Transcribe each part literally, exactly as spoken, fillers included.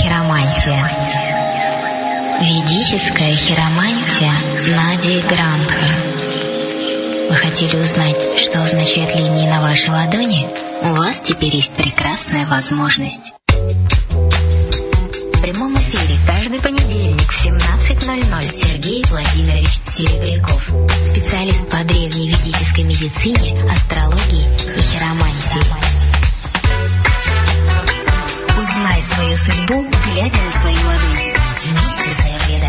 хиромантия. Ведическая хиромантия Нади Грандха. Вы хотели узнать, что означают линии на вашей ладони? У вас теперь есть прекрасная возможность. В прямом эфире каждый понедельник в семнадцать ноль ноль Сергей Владимирович Серебряков, специалист по древней ведической медицине, астрологии и хиромантии. Узнай свою судьбу, глядя на свою ладонь. Вместе с Аюрведа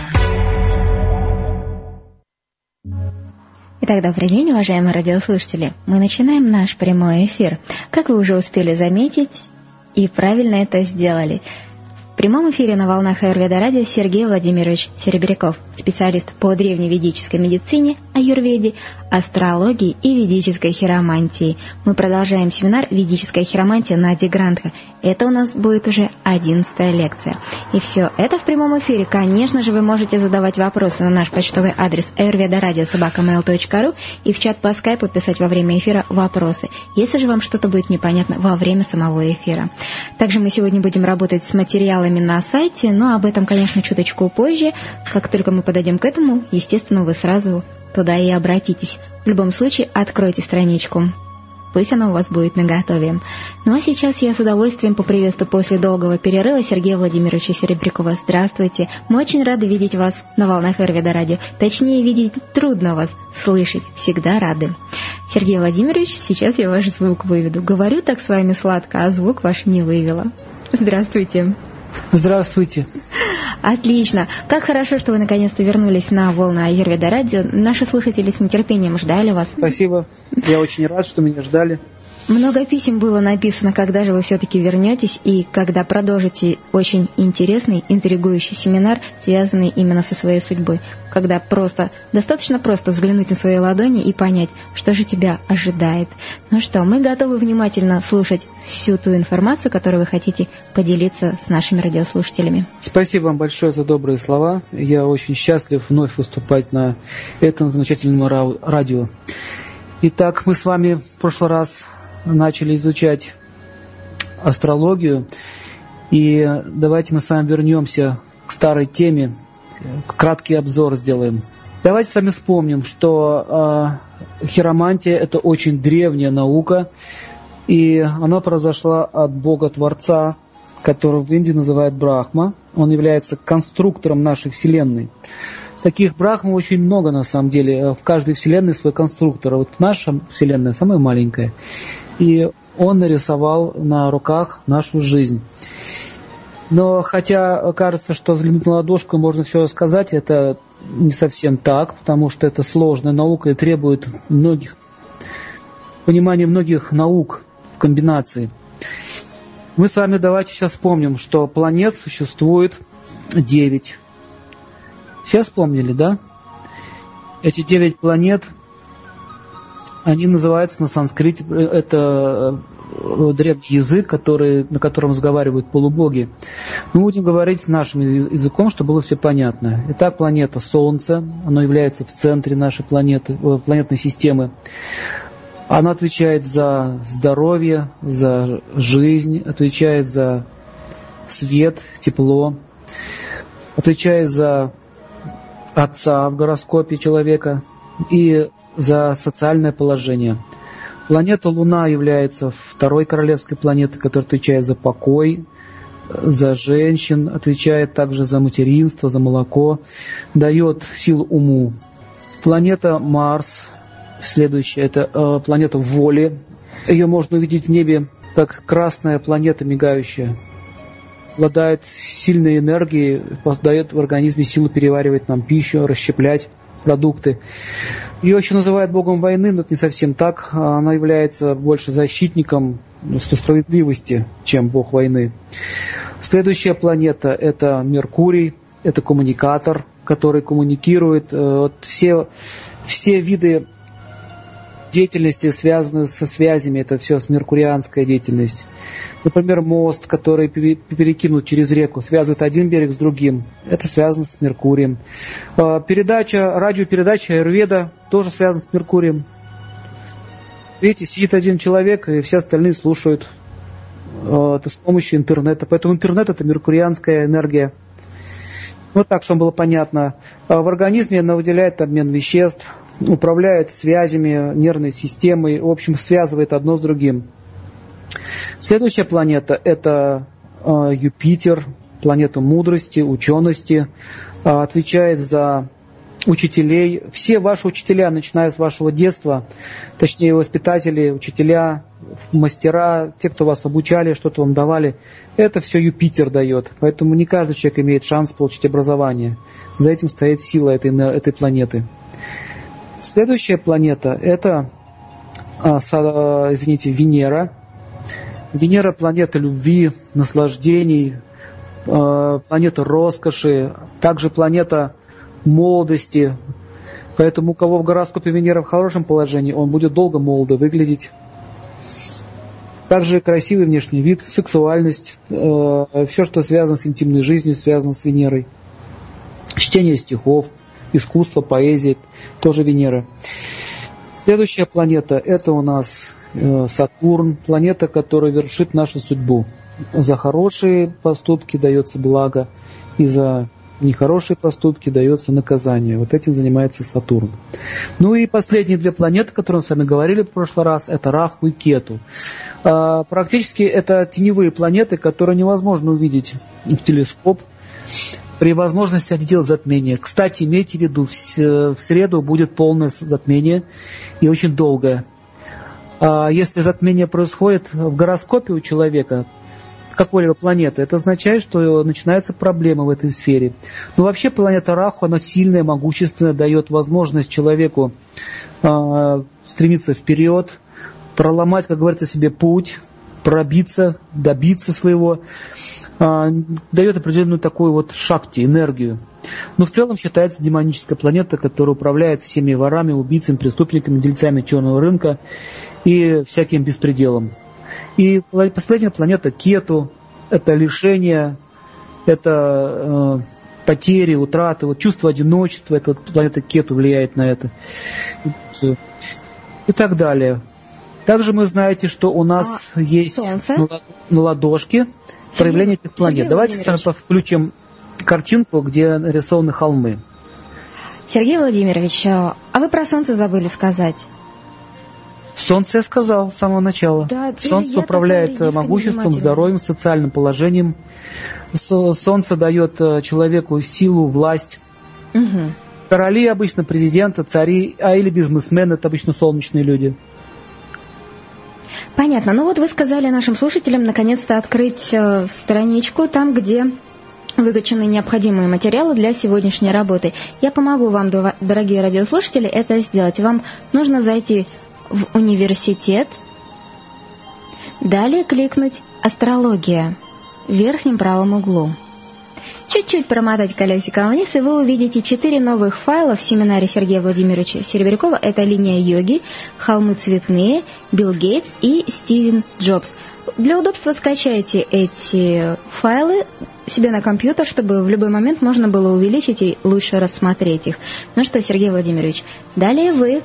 Радио. Итак, добрый день, уважаемые радиослушатели. Мы начинаем наш прямой эфир. Как вы уже успели заметить, и правильно это сделали. В прямом эфире на волнах Аюрведа Радио Сергей Владимирович Серебряков, специалист по древней ведической медицине, аюрведе, астрологии и ведической хиромантии. Мы продолжаем семинар «Ведическая хиромантия» Нади Грандха. Это у нас будет уже одиннадцатая лекция. И все это в прямом эфире. Конечно же, вы можете задавать вопросы на наш почтовый адрес аюрведарадио собака мейл точка ру и в чат по скайпу писать во время эфира вопросы, если же вам что-то будет непонятно во время самого эфира. Также мы сегодня будем работать с материалами на сайте, но об этом, конечно, чуточку позже. Как только мы подойдем к этому, естественно, вы сразу туда и обратитесь. В любом случае, откройте страничку. Пусть она у вас будет наготове. Ну а сейчас я с удовольствием поприветствую после долгого перерыва Сергея Владимировича Серебрякова. Здравствуйте. Мы очень рады видеть вас на волнах Аюрведа Радио. Точнее, видеть трудно вас, слышать всегда рады. Сергей Владимирович, сейчас я ваш звук выведу. Говорю так с вами сладко, а звук ваш не вывела. Здравствуйте. Здравствуйте. Отлично. Как хорошо, что вы наконец-то вернулись на волны Аюрведа Радио. Наши слушатели с нетерпением ждали вас. Спасибо. Я очень рад, что меня ждали. Много писем было написано, когда же вы все-таки вернетесь и когда продолжите очень интересный, интригующий семинар, связанный именно со своей судьбой. Когда просто, достаточно просто взглянуть на свои ладони и понять, что же тебя ожидает. Ну что, мы готовы внимательно слушать всю ту информацию, которую вы хотите поделиться с нашими радиослушателями. Спасибо вам большое за добрые слова. Я очень счастлив вновь выступать на этом замечательном радио. Итак, мы с вами в прошлый раз начали изучать астрологию, и давайте мы с вами вернемся к старой теме, краткий обзор сделаем. Давайте с вами вспомним, что э, хиромантия – это очень древняя наука, и она произошла от Бога-творца, которого в Индии называют Брахма. Он является конструктором нашей Вселенной. Таких брахмов очень много, на самом деле. В каждой вселенной свой конструктор. Вот наша вселенная самая маленькая. И он нарисовал на руках нашу жизнь. Но хотя кажется, что взглянуть на ладошку можно все рассказать, это не совсем так, потому что это сложная наука и требует многих, понимания многих наук в комбинации. Мы с вами давайте сейчас вспомним, что планет существует девять. Все вспомнили, да? Эти девять планет, они называются на санскрите, это древний язык, который, на котором разговаривают полубоги. Мы будем говорить нашим языком, чтобы было все понятно. Итак, планета Солнце, оно является в центре нашей планеты, планетной системы. Она отвечает за здоровье, за жизнь, отвечает за свет, тепло, отвечает за отца в гороскопе человека и за социальное положение. Планета Луна является второй королевской планетой, которая отвечает за покой, за женщин, отвечает также за материнство, за молоко, дает силу уму. Планета Марс, следующая, это э, планета воли. Ее можно увидеть в небе как красная планета мигающая. Обладает сильной энергией, дает в организме силу переваривать нам пищу, расщеплять продукты. Ее еще называют богом войны, но это не совсем так. Она является больше защитником справедливости, чем бог войны. Следующая планета – это Меркурий, это коммуникатор, который коммуникирует. Вот все, все виды деятельности, связанные со связями, это все с меркурианская деятельность. Например, мост, который перекинут через реку, связывает один берег с другим. Это связано с Меркурием. Передача, радиопередача Аюрведа тоже связана с Меркурием. Видите, сидит один человек, и все остальные слушают э, с помощью интернета. Поэтому интернет – это меркурианская энергия. Вот так, чтобы было понятно. В организме она выделяет обмен веществ, управляет связями, нервной системой, в общем, связывает одно с другим. Следующая планета – это э, Юпитер, планета мудрости, учености, э, отвечает за учителей. Все ваши учителя, начиная с вашего детства, точнее воспитатели, учителя, мастера, те, кто вас обучали, что-то вам давали, это все Юпитер дает. Поэтому не каждый человек имеет шанс получить образование. За этим стоит сила этой, этой планеты. Следующая планета – это, извините, Венера. Венера – планета любви, наслаждений, планета роскоши, также планета молодости. Поэтому у кого в гороскопе Венера в хорошем положении, он будет долго молодо выглядеть. Также красивый внешний вид, сексуальность, э, все, что связано с интимной жизнью, связано с Венерой. Чтение стихов, искусство, поэзия, тоже Венера. Следующая планета – это у нас э, Сатурн, планета, которая вершит нашу судьбу. За хорошие поступки дается благо, и за нехорошие поступки дается наказание. Вот этим занимается Сатурн. Ну и последние две планеты, которые мы с вами говорили в прошлый раз, это Раху и Кету. А, практически это теневые планеты, которые невозможно увидеть в телескоп. При возможности они делают затмение. Кстати, имейте в виду, в среду будет полное затмение и очень долгое. А если затмение происходит в гороскопе у человека, какой-либо планеты, это означает, что начинаются проблемы в этой сфере. Но вообще планета Раху, она сильная, могущественная, дает возможность человеку э, стремиться вперед, проломать, как говорится, себе путь, пробиться, добиться своего, э, дает определенную такую вот шакти, энергию. Но в целом считается демоническая планета, которая управляет всеми ворами, убийцами, преступниками, дельцами черного рынка и всяким беспределом. И последняя планета Кету, это лишение, это э, потери, утраты, вот чувство одиночества, это вот планета Кету влияет на это. И так далее. Также мы знаете, что у нас а есть Солнце? на ладошке проявление этих планет. Сергей Давайте с вами включим картинку, где нарисованы холмы. Сергей Владимирович, а вы про Солнце забыли сказать. Солнце я сказал с самого начала. Да, Солнце управляет могуществом, здоровьем, социальным положением. Солнце дает человеку силу, власть. Угу. Короли обычно, президенты, цари, а или бизнесмены, это обычно солнечные люди. Понятно. Ну вот вы сказали нашим слушателям наконец-то открыть страничку там, где выкачаны необходимые материалы для сегодняшней работы. Я помогу вам, дорогие радиослушатели, это сделать. Вам нужно зайти в университет, далее кликнуть «Астрология» в верхнем правом углу. Чуть-чуть промотать колесико вниз, и вы увидите четыре новых файла в семинаре Сергея Владимировича Серебрякова. Это линия йоги, холмы цветные, Билл Гейтс и Стивен Джобс. Для удобства скачайте эти файлы себе на компьютер, чтобы в любой момент можно было увеличить и лучше рассмотреть их. Ну что, Сергей Владимирович, далее вы...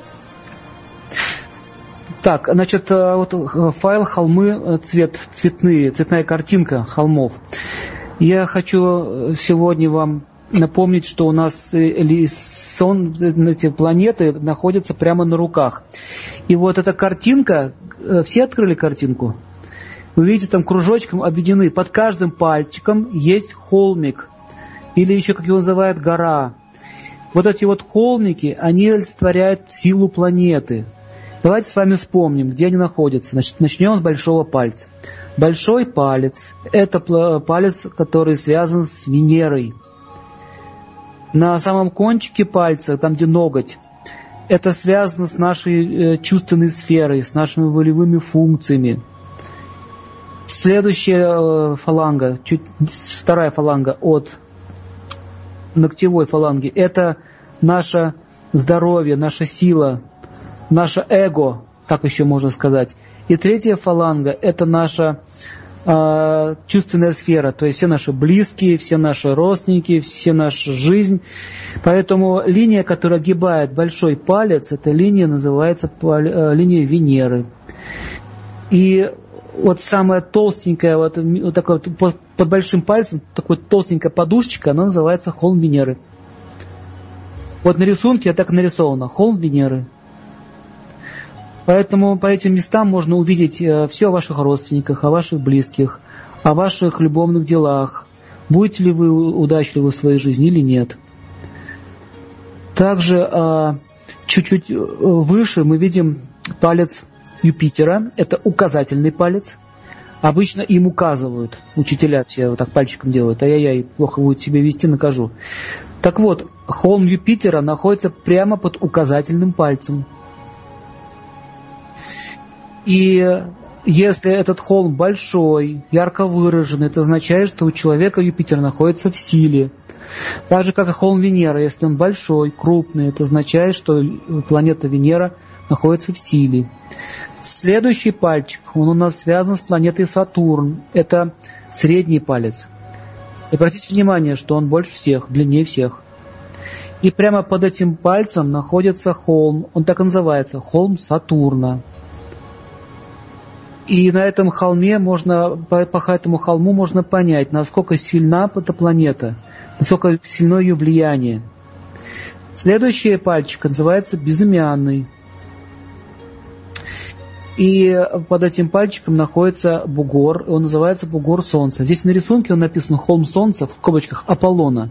Так, значит, вот файл «Холмы», цвет, цветные, цветная картинка холмов. Я хочу сегодня вам напомнить, что у нас сон, эти планеты находятся прямо на руках. И вот эта картинка, все открыли картинку? Вы видите, там кружочком обведены, под каждым пальчиком есть холмик, или еще, как его называют, гора. Вот эти вот холмики, они олицетворяют силу планеты. Давайте с вами вспомним, где они находятся. Значит, начнем с большого пальца. Большой палец – это палец, который связан с Венерой. На самом кончике пальца, там где ноготь, это связано с нашей чувственной сферой, с нашими волевыми функциями. Следующая фаланга, чуть, вторая фаланга от ногтевой фаланги – это наше здоровье, наша сила, наше эго, так еще можно сказать. И третья фаланга – это наша э, чувственная сфера, то есть все наши близкие, все наши родственники, вся наша жизнь. Поэтому линия, которая огибает большой палец, эта линия называется э, линия Венеры. И вот самая толстенькая, вот, вот такой, под, под большим пальцем, такой толстенькая подушечка, она называется холм Венеры. Вот на рисунке так нарисовано, холм Венеры. Поэтому по этим местам можно увидеть все о ваших родственниках, о ваших близких, о ваших любовных делах, будете ли вы удачливы в своей жизни или нет. Также чуть-чуть выше мы видим палец Юпитера, это указательный палец. Обычно им указывают, учителя все вот так пальчиком делают, ай-яй-яй, плохо будет себя вести, накажу. Так вот, холм Юпитера находится прямо под указательным пальцем. И если этот холм большой, ярко выраженный, это означает, что у человека Юпитер находится в силе. Так же, как и холм Венеры, если он большой, крупный, это означает, что планета Венера находится в силе. Следующий пальчик, он у нас связан с планетой Сатурн. Это средний палец. И обратите внимание, что он больше всех, длиннее всех. И прямо под этим пальцем находится холм, он так и называется, холм Сатурна. И на этом холме можно, по, по этому холму можно понять, насколько сильна эта планета, насколько сильно ее влияние. Следующий пальчик называется безымянный. И под этим пальчиком находится бугор, он называется бугор Солнца. Здесь на рисунке он написан холм Солнца, в скобочках Аполлона.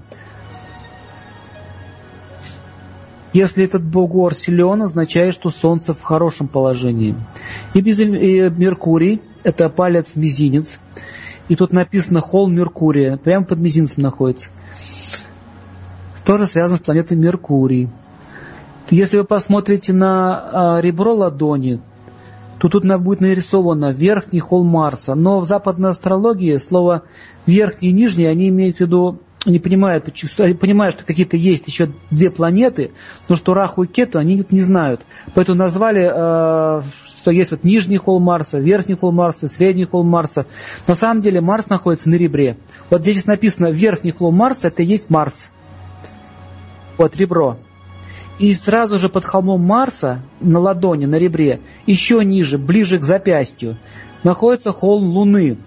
Если этот бугор силен, означает, что Солнце в хорошем положении. И, без, и Меркурий, это палец-мизинец. И тут написано холм Меркурия, прямо под мизинцем находится. Тоже связан с планетой Меркурий. Если вы посмотрите на а, ребро ладони, то тут будет нарисовано верхний холм Марса. Но в западной астрологии слово верхний и нижний, они имеют в виду, не понимают, понимают, что какие-то есть еще две планеты, но что Раху и Кету они не знают. Поэтому назвали, что есть вот нижний холм Марса, верхний холм Марса, средний холм Марса. На самом деле Марс находится на ребре. Вот здесь написано верхний холм Марса, это и есть Марс. Вот ребро. И сразу же под холмом Марса, на ладони, на ребре, еще ниже, ближе к запястью, находится холм Луны.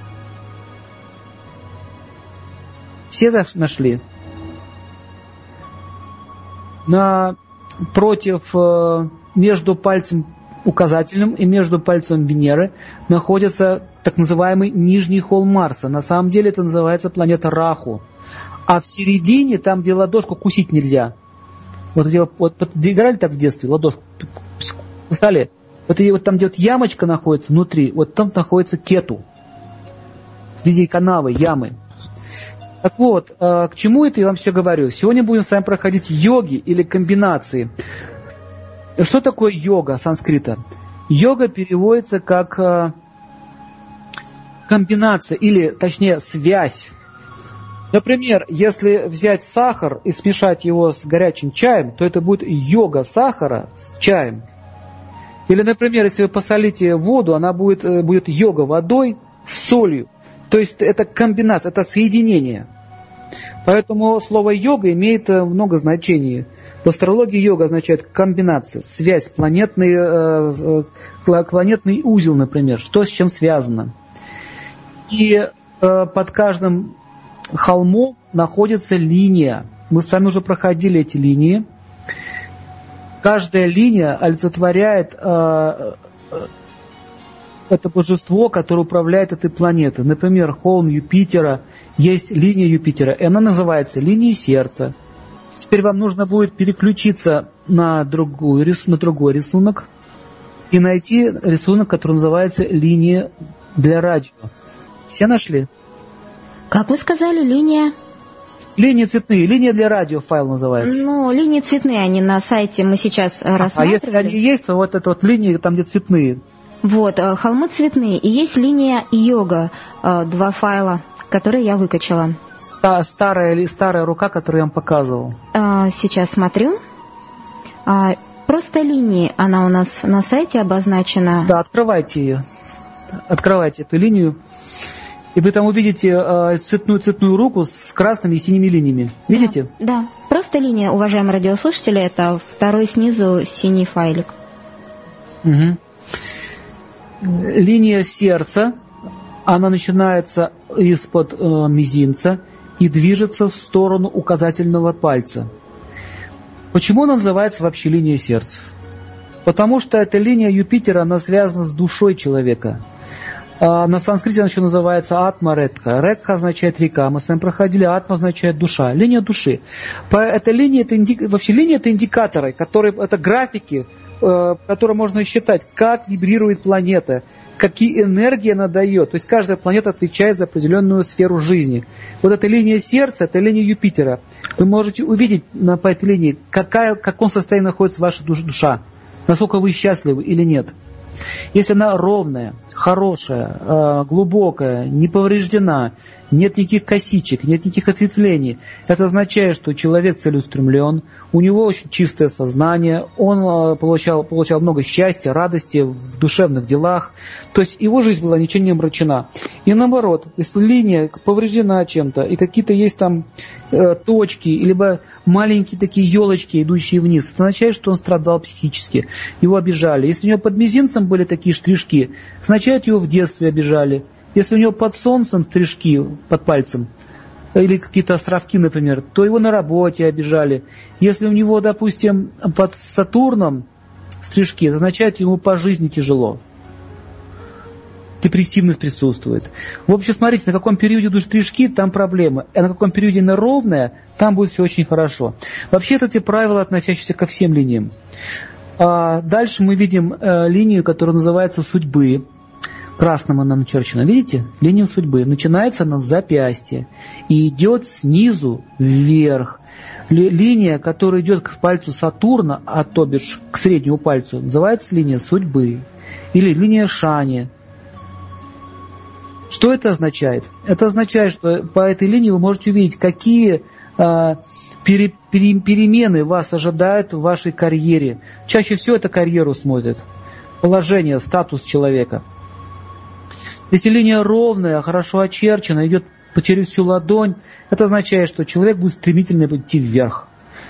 Все нашли? Напротив, между пальцем указательным и между пальцем Венеры находится так называемый нижний холм Марса. На самом деле это называется планета Раху. А в середине, там, где ладошку кусить нельзя, вот где, вот, где играли так в детстве, ладошку кусали, вот, и, вот там, где вот ямочка находится внутри, вот там находится Кету в виде канавы, ямы. Так вот, к чему это я вам все говорю? Сегодня будем с вами проходить йоги или комбинации. Что такое йога санскрита? Йога переводится как комбинация или, точнее, связь. Например, если взять сахар и смешать его с горячим чаем, то это будет йога сахара с чаем. Или, например, если вы посолите воду, она будет, будет йога водой с солью. То есть это комбинация, это соединение. Поэтому слово йога имеет много значений. В астрологии йога означает комбинация, связь, планетный, планетный узел, например, что с чем связано. И под каждым холмом находится линия. Мы с вами уже проходили эти линии. Каждая линия олицетворяет э, это божество, которое управляет этой планетой. Например, холм Юпитера, есть линия Юпитера, и она называется линией сердца. Теперь вам нужно будет переключиться на, другую, на другой рисунок и найти рисунок, который называется линия для радио. Все нашли? Как вы сказали, линия? Линии цветные, линия для радио файл называется. Ну, линии цветные, они на сайте мы сейчас рассматривали. А если они есть, то вот это вот линии, там где цветные. Вот, холмы цветные, и есть линия йога, два файла, которые я выкачала. Старая, старая рука, которую я вам показывал. Сейчас смотрю. Просто линии, она у нас на сайте обозначена. Да, открывайте ее. Открывайте эту линию. И вы там увидите э, цветную, цветную руку с красными и синими линиями. Видите? Да, да. Просто линия, уважаемые радиослушатели, это второй снизу синий файлик. Угу. линия сердца, она начинается из-под э, мизинца и движется в сторону указательного пальца. Почему она называется вообще линия сердца? Потому что эта линия Юпитера, она связана с душой человека. А на санскрите она еще называется Атма Редха. Редха означает река, мы с вами проходили, Атма означает душа, линия души. По этой линии, это инди... вообще линия это индикаторы, которые, это графики, э, которые можно считать, как вибрирует планета, какие энергии она дает. То есть каждая планета отвечает за определенную сферу жизни. Вот эта линия сердца, это линия Юпитера. Вы можете увидеть на, по этой линии, какая, в каком состоянии находится ваша душа, насколько вы счастливы или нет. Если она ровная, хорошая, глубокая, не повреждена, нет никаких косичек, нет никаких ответвлений, это означает, что человек целеустремлен, у него очень чистое сознание, он получал, получал много счастья, радости в душевных делах, то есть его жизнь была ничем не омрачена. И наоборот, если линия повреждена чем-то, и какие-то есть там э, точки, либо маленькие такие елочки, идущие вниз, это означает, что он страдал психически, его обижали. Если у него под мизинцем были такие штришки, означает, его в детстве обижали. Если у него под солнцем штришки, под пальцем, или какие-то островки, например, то его на работе обижали. Если у него, допустим, под Сатурном штришки, это означает, ему по жизни тяжело. Депрессивность присутствует. В общем, смотрите, на каком периоде идут штришки, там проблемы. А на каком периоде она ровная, там будет все очень хорошо. Вообще, это те правила, относящиеся ко всем линиям. А дальше мы видим э, линию, которая называется судьбы. Красным она начерчена. Видите? Линия судьбы. Начинается она с запястья и идет снизу вверх. Ли, линия, которая идет к пальцу Сатурна, а то бишь к среднему пальцу, называется линия судьбы. Или линия Шани. Что это означает? Это означает, что по этой линии вы можете увидеть, какие э, пере, пере, перемены вас ожидают в вашей карьере. Чаще всего это карьеру смотрят. Положение, статус человека. Если линия ровная, хорошо очерчена, идет через всю ладонь, это означает, что человек будет стремительно идти вверх.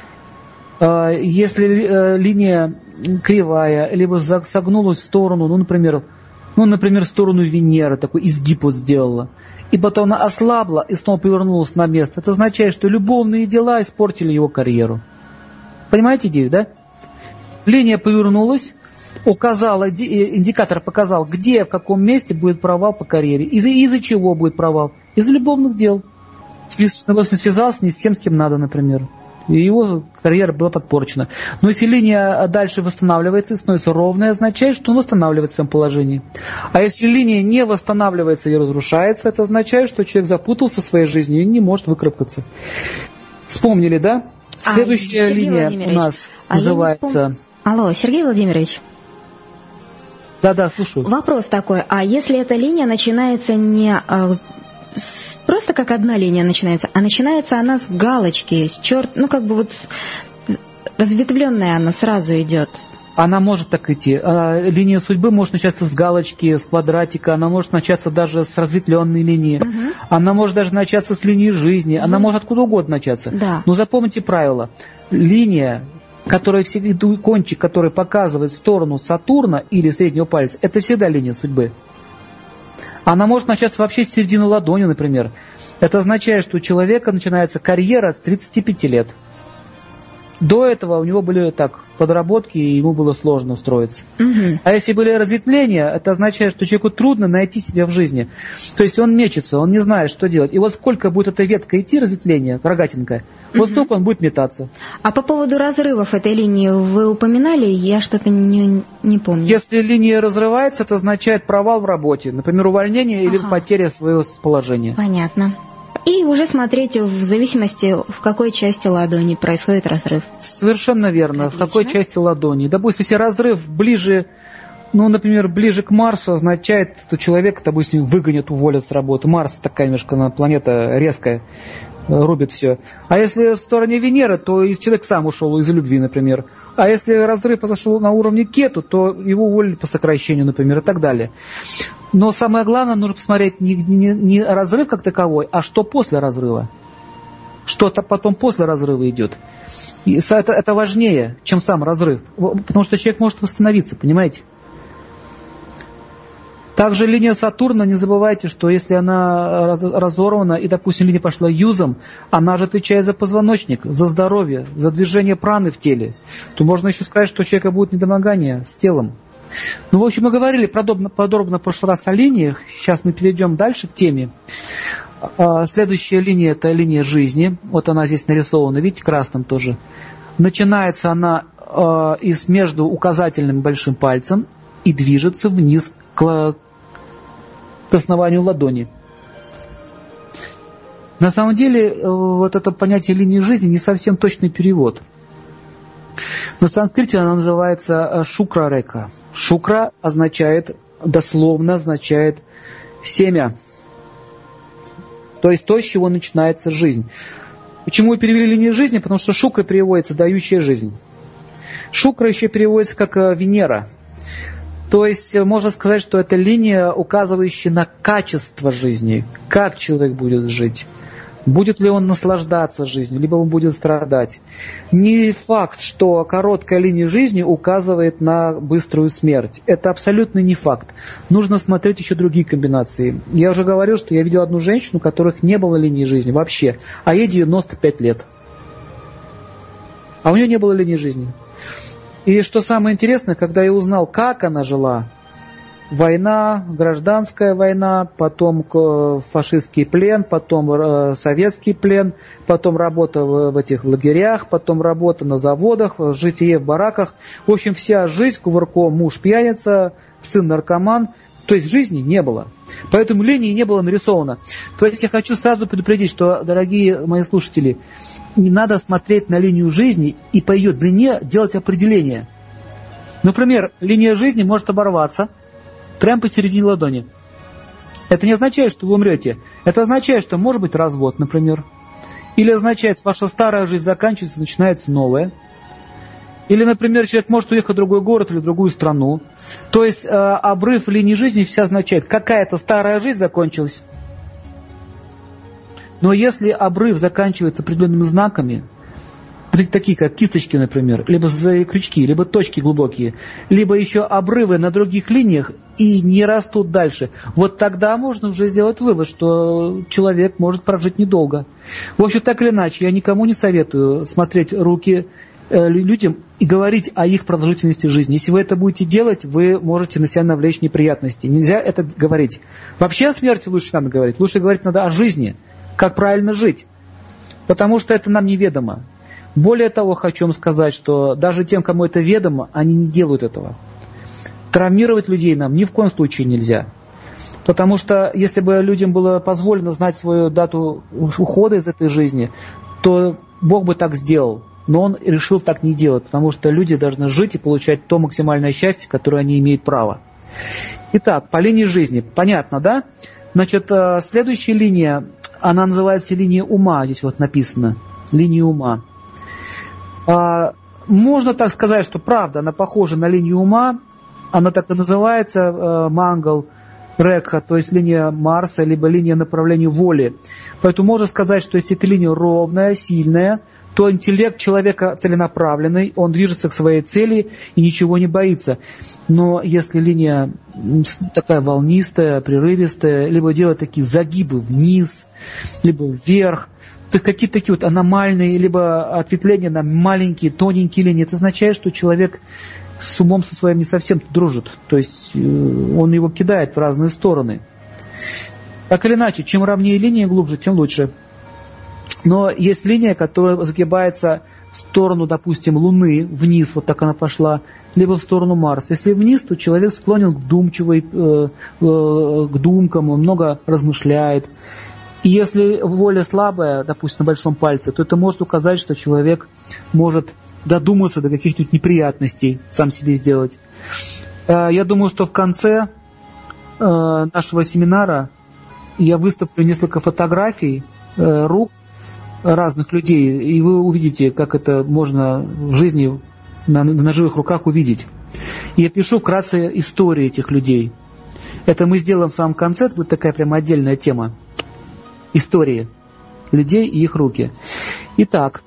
Если линия кривая, либо согнулась в сторону, ну, например, ну, например, в сторону Венеры, такой изгиб вот сделала, и потом она ослабла и снова повернулась на место, это означает, что любовные дела испортили его карьеру. Понимаете идею, да? Линия повернулась, указал, индикатор показал, где, в каком месте будет провал по карьере. Из-за, из-за чего будет провал? Из-за любовных дел. Допустим, связался не с тем, с кем надо, например. И его карьера была подпорчена. Но если линия дальше восстанавливается и становится ровной, означает, что он восстанавливается в своем положении. А если линия не восстанавливается и разрушается, это означает, что человек запутался в своей жизни и не может выкарабкаться. Вспомнили, да? Следующая а, линия у нас а называется... Алло, Сергей Владимирович. Да-да, слушаю. Вопрос такой, а если эта линия начинается не а, с, просто как одна линия начинается, а начинается она с галочки, с черт, ну как бы вот разветвленная она сразу идет? Она может так идти. Линия судьбы может начаться с галочки, с квадратика, она может начаться даже с разветвленной линии, угу. Она может даже начаться с линии жизни, угу. Она может откуда угодно начаться. Да. Но запомните правило, линия, которая всегда, кончик, который показывает в сторону Сатурна или среднего пальца, это всегда линия судьбы. Она может начаться вообще с середины ладони, например. Это означает, что у человека начинается карьера с тридцати пяти лет. До этого у него были так подработки, и ему было сложно устроиться. Угу. А если были разветвления, это означает, что человеку трудно найти себя в жизни. То есть он мечется, он не знает, что делать. И вот сколько будет эта ветка идти, разветвление, рогатинка, угу. Вот столько он будет метаться. А по поводу разрывов этой линии вы упоминали, я что-то не, не помню. Если линия разрывается, это означает провал в работе. Например, увольнение или ага. потеря своего положения. Понятно. И уже смотреть в зависимости, в какой части ладони происходит разрыв. Совершенно верно. Отлично. В какой части ладони. Допустим, если разрыв ближе, ну, например, ближе к Марсу, означает, что человека, допустим, выгонят, уволят с работы. Марс такая немножко планета резкая, рубит все. А если в стороне Венеры, то человек сам ушел из-за любви, например. А если разрыв произошел на уровне Кету, то его уволили по сокращению, например, и так далее. Но самое главное, нужно посмотреть не, не, не разрыв как таковой, а что после разрыва. Что-то потом после разрыва идет. И это, это важнее, чем сам разрыв. Потому что человек может восстановиться, понимаете? Также линия Сатурна, не забывайте, что если она разорвана, и, допустим, линия пошла юзом, она же отвечает за позвоночник, за здоровье, за движение праны в теле, то можно еще сказать, что у человека будет недомогание с телом. Ну, в общем, мы говорили подробно, подробно в прошлый раз о линиях, сейчас мы перейдем дальше к теме. Следующая линия – это линия жизни, вот она здесь нарисована, видите, красным тоже. Начинается она из между указательным и большим пальцем и движется вниз к к основанию ладони. На самом деле, вот это понятие линии жизни не совсем точный перевод. На санскрите она называется шукра-река. Шукра означает, дословно означает семя. То есть то, с чего начинается жизнь. Почему перевели линию жизни? Потому что шукра переводится «дающая жизнь». Шукра еще переводится как Венера. То есть можно сказать, что это линия, указывающая на качество жизни, как человек будет жить. Будет ли он наслаждаться жизнью, либо он будет страдать. Не факт, что короткая линия жизни указывает на быструю смерть. Это абсолютно не факт. Нужно смотреть еще другие комбинации. Я уже говорил, что я видел одну женщину, у которых не было линии жизни вообще, а ей девяносто пять лет. А у нее не было линии жизни. И что самое интересное, когда я узнал, как она жила, война, гражданская война, потом фашистский плен, потом советский плен, потом работа в этих лагерях, потом работа на заводах, житие в бараках. В общем, вся жизнь кувырком, муж пьяница, сын наркоман. То есть жизни не было. Поэтому линии не было нарисовано. То есть я хочу сразу предупредить, что, дорогие мои слушатели, не надо смотреть на линию жизни и по ее длине делать определение. Например, линия жизни может оборваться прямо посередине ладони. Это не означает, что вы умрете. Это означает, что может быть развод, например. Или означает, что ваша старая жизнь заканчивается, начинается новая. Или, например, человек может уехать в другой город или в другую страну. То есть э, обрыв линии жизни все означает, какая-то старая жизнь закончилась. Но если обрыв заканчивается определенными знаками, такие как кисточки, например, либо крючки, либо точки глубокие, либо еще обрывы на других линиях и не растут дальше, вот тогда можно уже сделать вывод, что человек может прожить недолго. В общем, так или иначе, я никому не советую смотреть руки людям и говорить о их продолжительности жизни. Если вы это будете делать, вы можете на себя навлечь неприятности. Нельзя это говорить. Вообще о смерти лучше надо говорить. Лучше говорить надо о жизни, как правильно жить. Потому что это нам неведомо. Более того, хочу вам сказать, что даже тем, кому это ведомо, они не делают этого. Травмировать людей нам ни в коем случае нельзя. Потому что если бы людям было позволено знать свою дату ухода из этой жизни, то Бог бы так сделал. Но Он решил так не делать, потому что люди должны жить и получать то максимальное счастье, которое они имеют право. Итак, по линии жизни. Понятно, да? Значит, следующая линия, она называется линия ума, здесь вот написано. Линия ума. Можно так сказать, что правда, она похожа на линию ума, она так и называется, Мангал Рекха, то есть линия Марса, либо линия направления воли. Поэтому можно сказать, что если эта линия ровная, сильная, то интеллект человека целенаправленный, он движется к своей цели и ничего не боится. Но если линия такая волнистая, прерывистая, либо делает такие загибы вниз, либо вверх, то какие-то такие вот аномальные, либо ответвления на маленькие, тоненькие линии, это означает, что человек с умом со своим не совсем дружит. То есть он его кидает в разные стороны. Так или иначе, чем ровнее линия, глубже, тем лучше. Но есть линия, которая загибается в сторону, допустим, Луны, вниз, вот так она пошла, либо в сторону Марса. Если вниз, то человек склонен к думчивой, э, э, к думкам, он много размышляет. И если воля слабая, допустим, на большом пальце, то это может указать, что человек может додуматься до каких-нибудь неприятностей, сам себе сделать. Э, я думаю, что в конце э, нашего семинара я выставлю несколько фотографий э, рук разных людей, и вы увидите, как это можно в жизни на, на живых руках увидеть. И я пишу вкратце истории этих людей. Это мы сделаем в самом конце, это будет такая прям отдельная тема. Истории людей и их руки. Итак,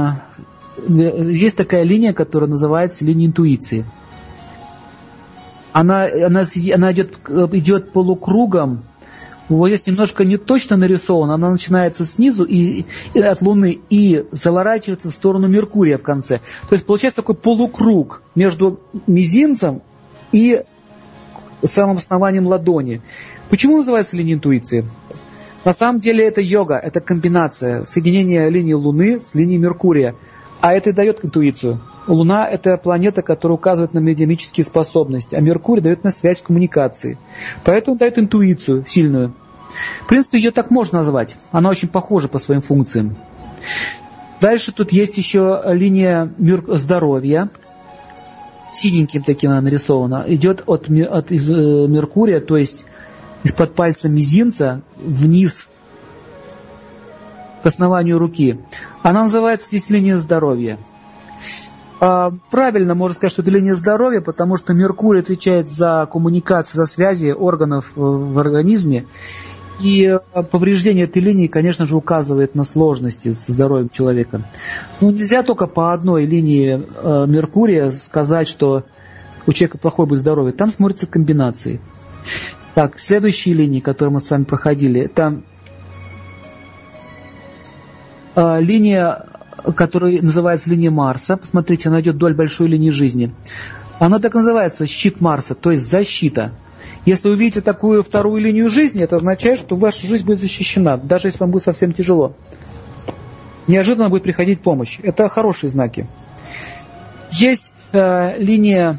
есть такая линия, которая называется линия интуиции. она, она, она идет, идет полукругом. Вот здесь немножко не точно нарисовано, она начинается снизу и, и от Луны и заворачивается в сторону Меркурия в конце. То есть получается такой полукруг между мизинцем и самым основанием ладони. Почему называется линия интуиции? На самом деле это йога, это комбинация, соединение линии Луны с линией Меркурия. А это и дает интуицию. Луна – это планета, которая указывает на медиумические способности, а Меркурий дает на связь коммуникации. Поэтому дает интуицию сильную. В принципе, ее так можно назвать. Она очень похожа по своим функциям. Дальше тут есть еще линия здоровья. Синеньким таким она нарисована. Идет от, от из, Меркурия, то есть из-под пальца мизинца вниз к основанию руки. Она называется здесь линия здоровья. А, правильно можно сказать, что это линия здоровья, потому что Меркурий отвечает за коммуникацию, за связи органов в организме. И повреждение этой линии, конечно же, указывает на сложности со здоровьем человека. Но нельзя только по одной линии э, Меркурия сказать, что у человека плохое будет здоровье. Там смотрятся комбинации. Так, следующие линии, которые мы с вами проходили, это э, линия, которая называется линия Марса. Посмотрите, она идет вдоль большой линии жизни. Она так называется щит Марса, то есть защита. Если вы видите такую вторую линию жизни, это означает, что ваша жизнь будет защищена, даже если вам будет совсем тяжело. Неожиданно будет приходить помощь. Это хорошие знаки. Есть э, линия,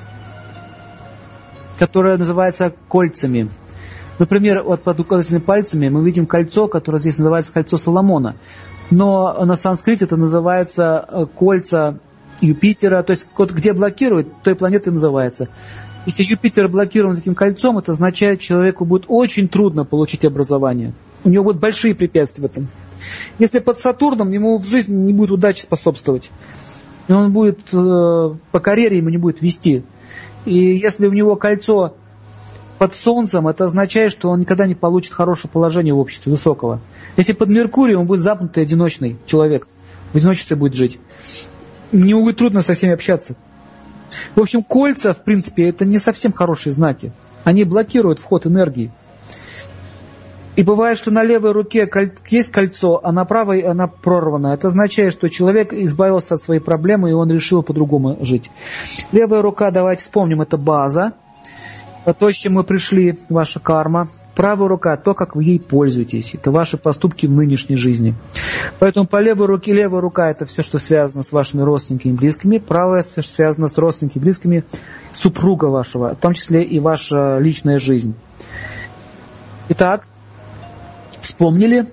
которая называется кольцами. Например, вот под указательными пальцами мы видим кольцо, которое здесь называется кольцо Соломона. Но на санскрите это называется кольца Юпитера, то есть где блокирует, той планетой называется. Если Юпитер блокирован таким кольцом, это означает, что человеку будет очень трудно получить образование. У него будут большие препятствия в этом. Если под Сатурном, ему в жизни не будет удачи способствовать. И он будет э, по карьере ему не будет вести. И если у него кольцо под Солнцем, это означает, что он никогда не получит хорошее положение в обществе, высокого. Если под Меркурием, он будет замкнутый, одиночный человек. В одиночестве будет жить. Мне будет трудно со всеми общаться. В общем, кольца, в принципе, это не совсем хорошие знаки. Они блокируют вход энергии. И бывает, что на левой руке есть кольцо, а на правой она прорвана. Это означает, что человек избавился от своей проблемы, и он решил по-другому жить. Левая рука, давайте вспомним, это база. То, с чем мы пришли, ваша карма. Правая рука, то, как вы ей пользуетесь. Это ваши поступки в нынешней жизни. Поэтому по левой руке, левая рука – это все, что связано с вашими родственниками и близкими. Правая – все, что связано с родственниками и близкими супруга вашего, в том числе и ваша личная жизнь. Итак, вспомнили?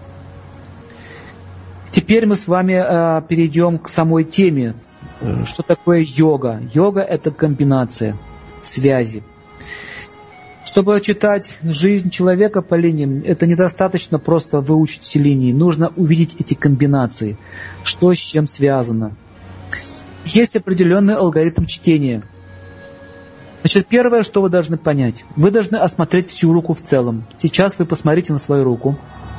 Теперь мы с вами э, перейдем к самой теме. Что такое йога? Йога – это комбинация связи. Чтобы читать жизнь человека по линиям, это недостаточно просто выучить все линии. Нужно увидеть эти комбинации, что с чем связано. Есть определенный алгоритм чтения. Значит, первое, что вы должны понять. Вы должны осмотреть всю руку в целом. Сейчас вы посмотрите на свою руку.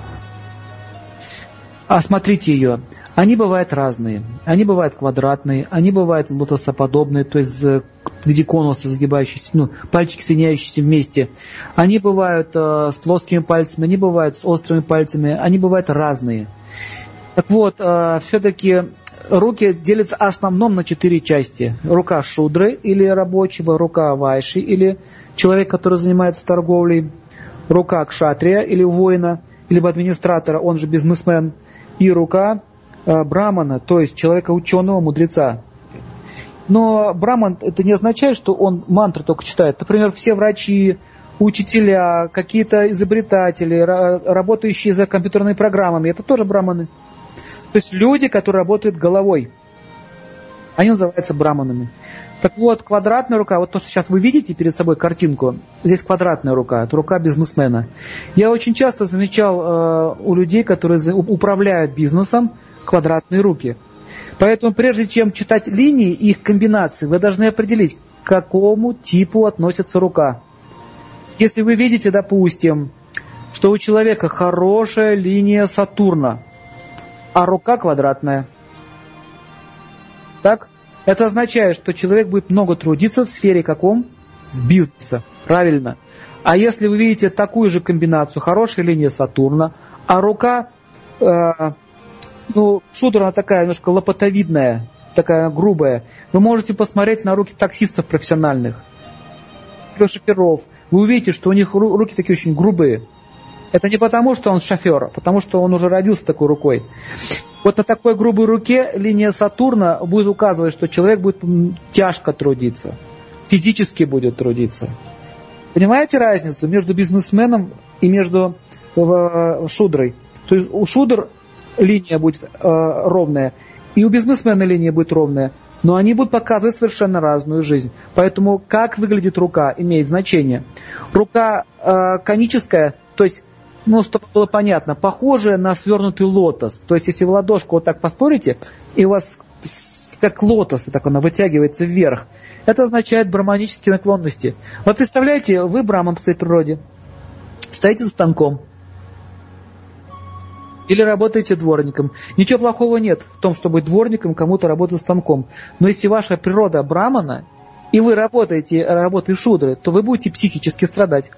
Осмотрите ее. Они бывают разные. Они бывают квадратные, они бывают лотосоподобные, то есть в виде конуса загибающиеся, ну, пальчики соединяющиеся вместе. Они бывают э, с плоскими пальцами, они бывают с острыми пальцами, они бывают разные. Так вот, э, все-таки руки делятся в основном на четыре части. Рука шудры или рабочего, рука вайши или человек, который занимается торговлей, рука кшатрия или воина, либо администратора, он же бизнесмен, и рука э, брамана, то есть человека ученого, мудреца. Но браман это не означает, что он мантры только читает. Например, все врачи, учителя, какие-то изобретатели, работающие за компьютерными программами, это тоже браманы. То есть люди, которые работают головой. Они называются браманами. Так вот, квадратная рука, вот то, что сейчас вы видите перед собой картинку, здесь квадратная рука, это рука бизнесмена. Я очень часто замечал э, у людей, которые управляют бизнесом, квадратные руки. Поэтому прежде чем читать линии и их комбинации, вы должны определить, к какому типу относится рука. Если вы видите, допустим, что у человека хорошая линия Сатурна, а рука квадратная, так? Это означает, что человек будет много трудиться в сфере каком? в бизнесе. Правильно. А если вы видите такую же комбинацию, хорошая линия Сатурна, а рука, э, ну, шудра, она такая немножко лопатовидная, такая грубая, вы можете посмотреть на руки таксистов профессиональных, шоферов. Вы увидите, что у них руки такие очень грубые. Это не потому, что он шофер, а потому что он уже родился такой рукой. Вот на такой грубой руке линия Сатурна будет указывать, что человек будет тяжко трудиться, физически будет трудиться. Понимаете разницу между бизнесменом и между э, шудрой? То есть у шудр линия будет э, ровная, и у бизнесмена линия будет ровная, но они будут показывать совершенно разную жизнь. Поэтому как выглядит рука, имеет значение. Рука э, коническая, то есть, ну, чтобы было понятно, похожая на свернутый лотос. То есть, если вы ладошку вот так поспорите, и у вас как лотос, так она вытягивается вверх, это означает браманические наклонности. Вот представляете, вы браман по своей природе, стоите за станком, или работаете дворником. Ничего плохого нет в том, чтобы быть дворником, кому-то работать за станком. Но если ваша природа брамана, и вы работаете работой шудры, то вы будете психически страдать.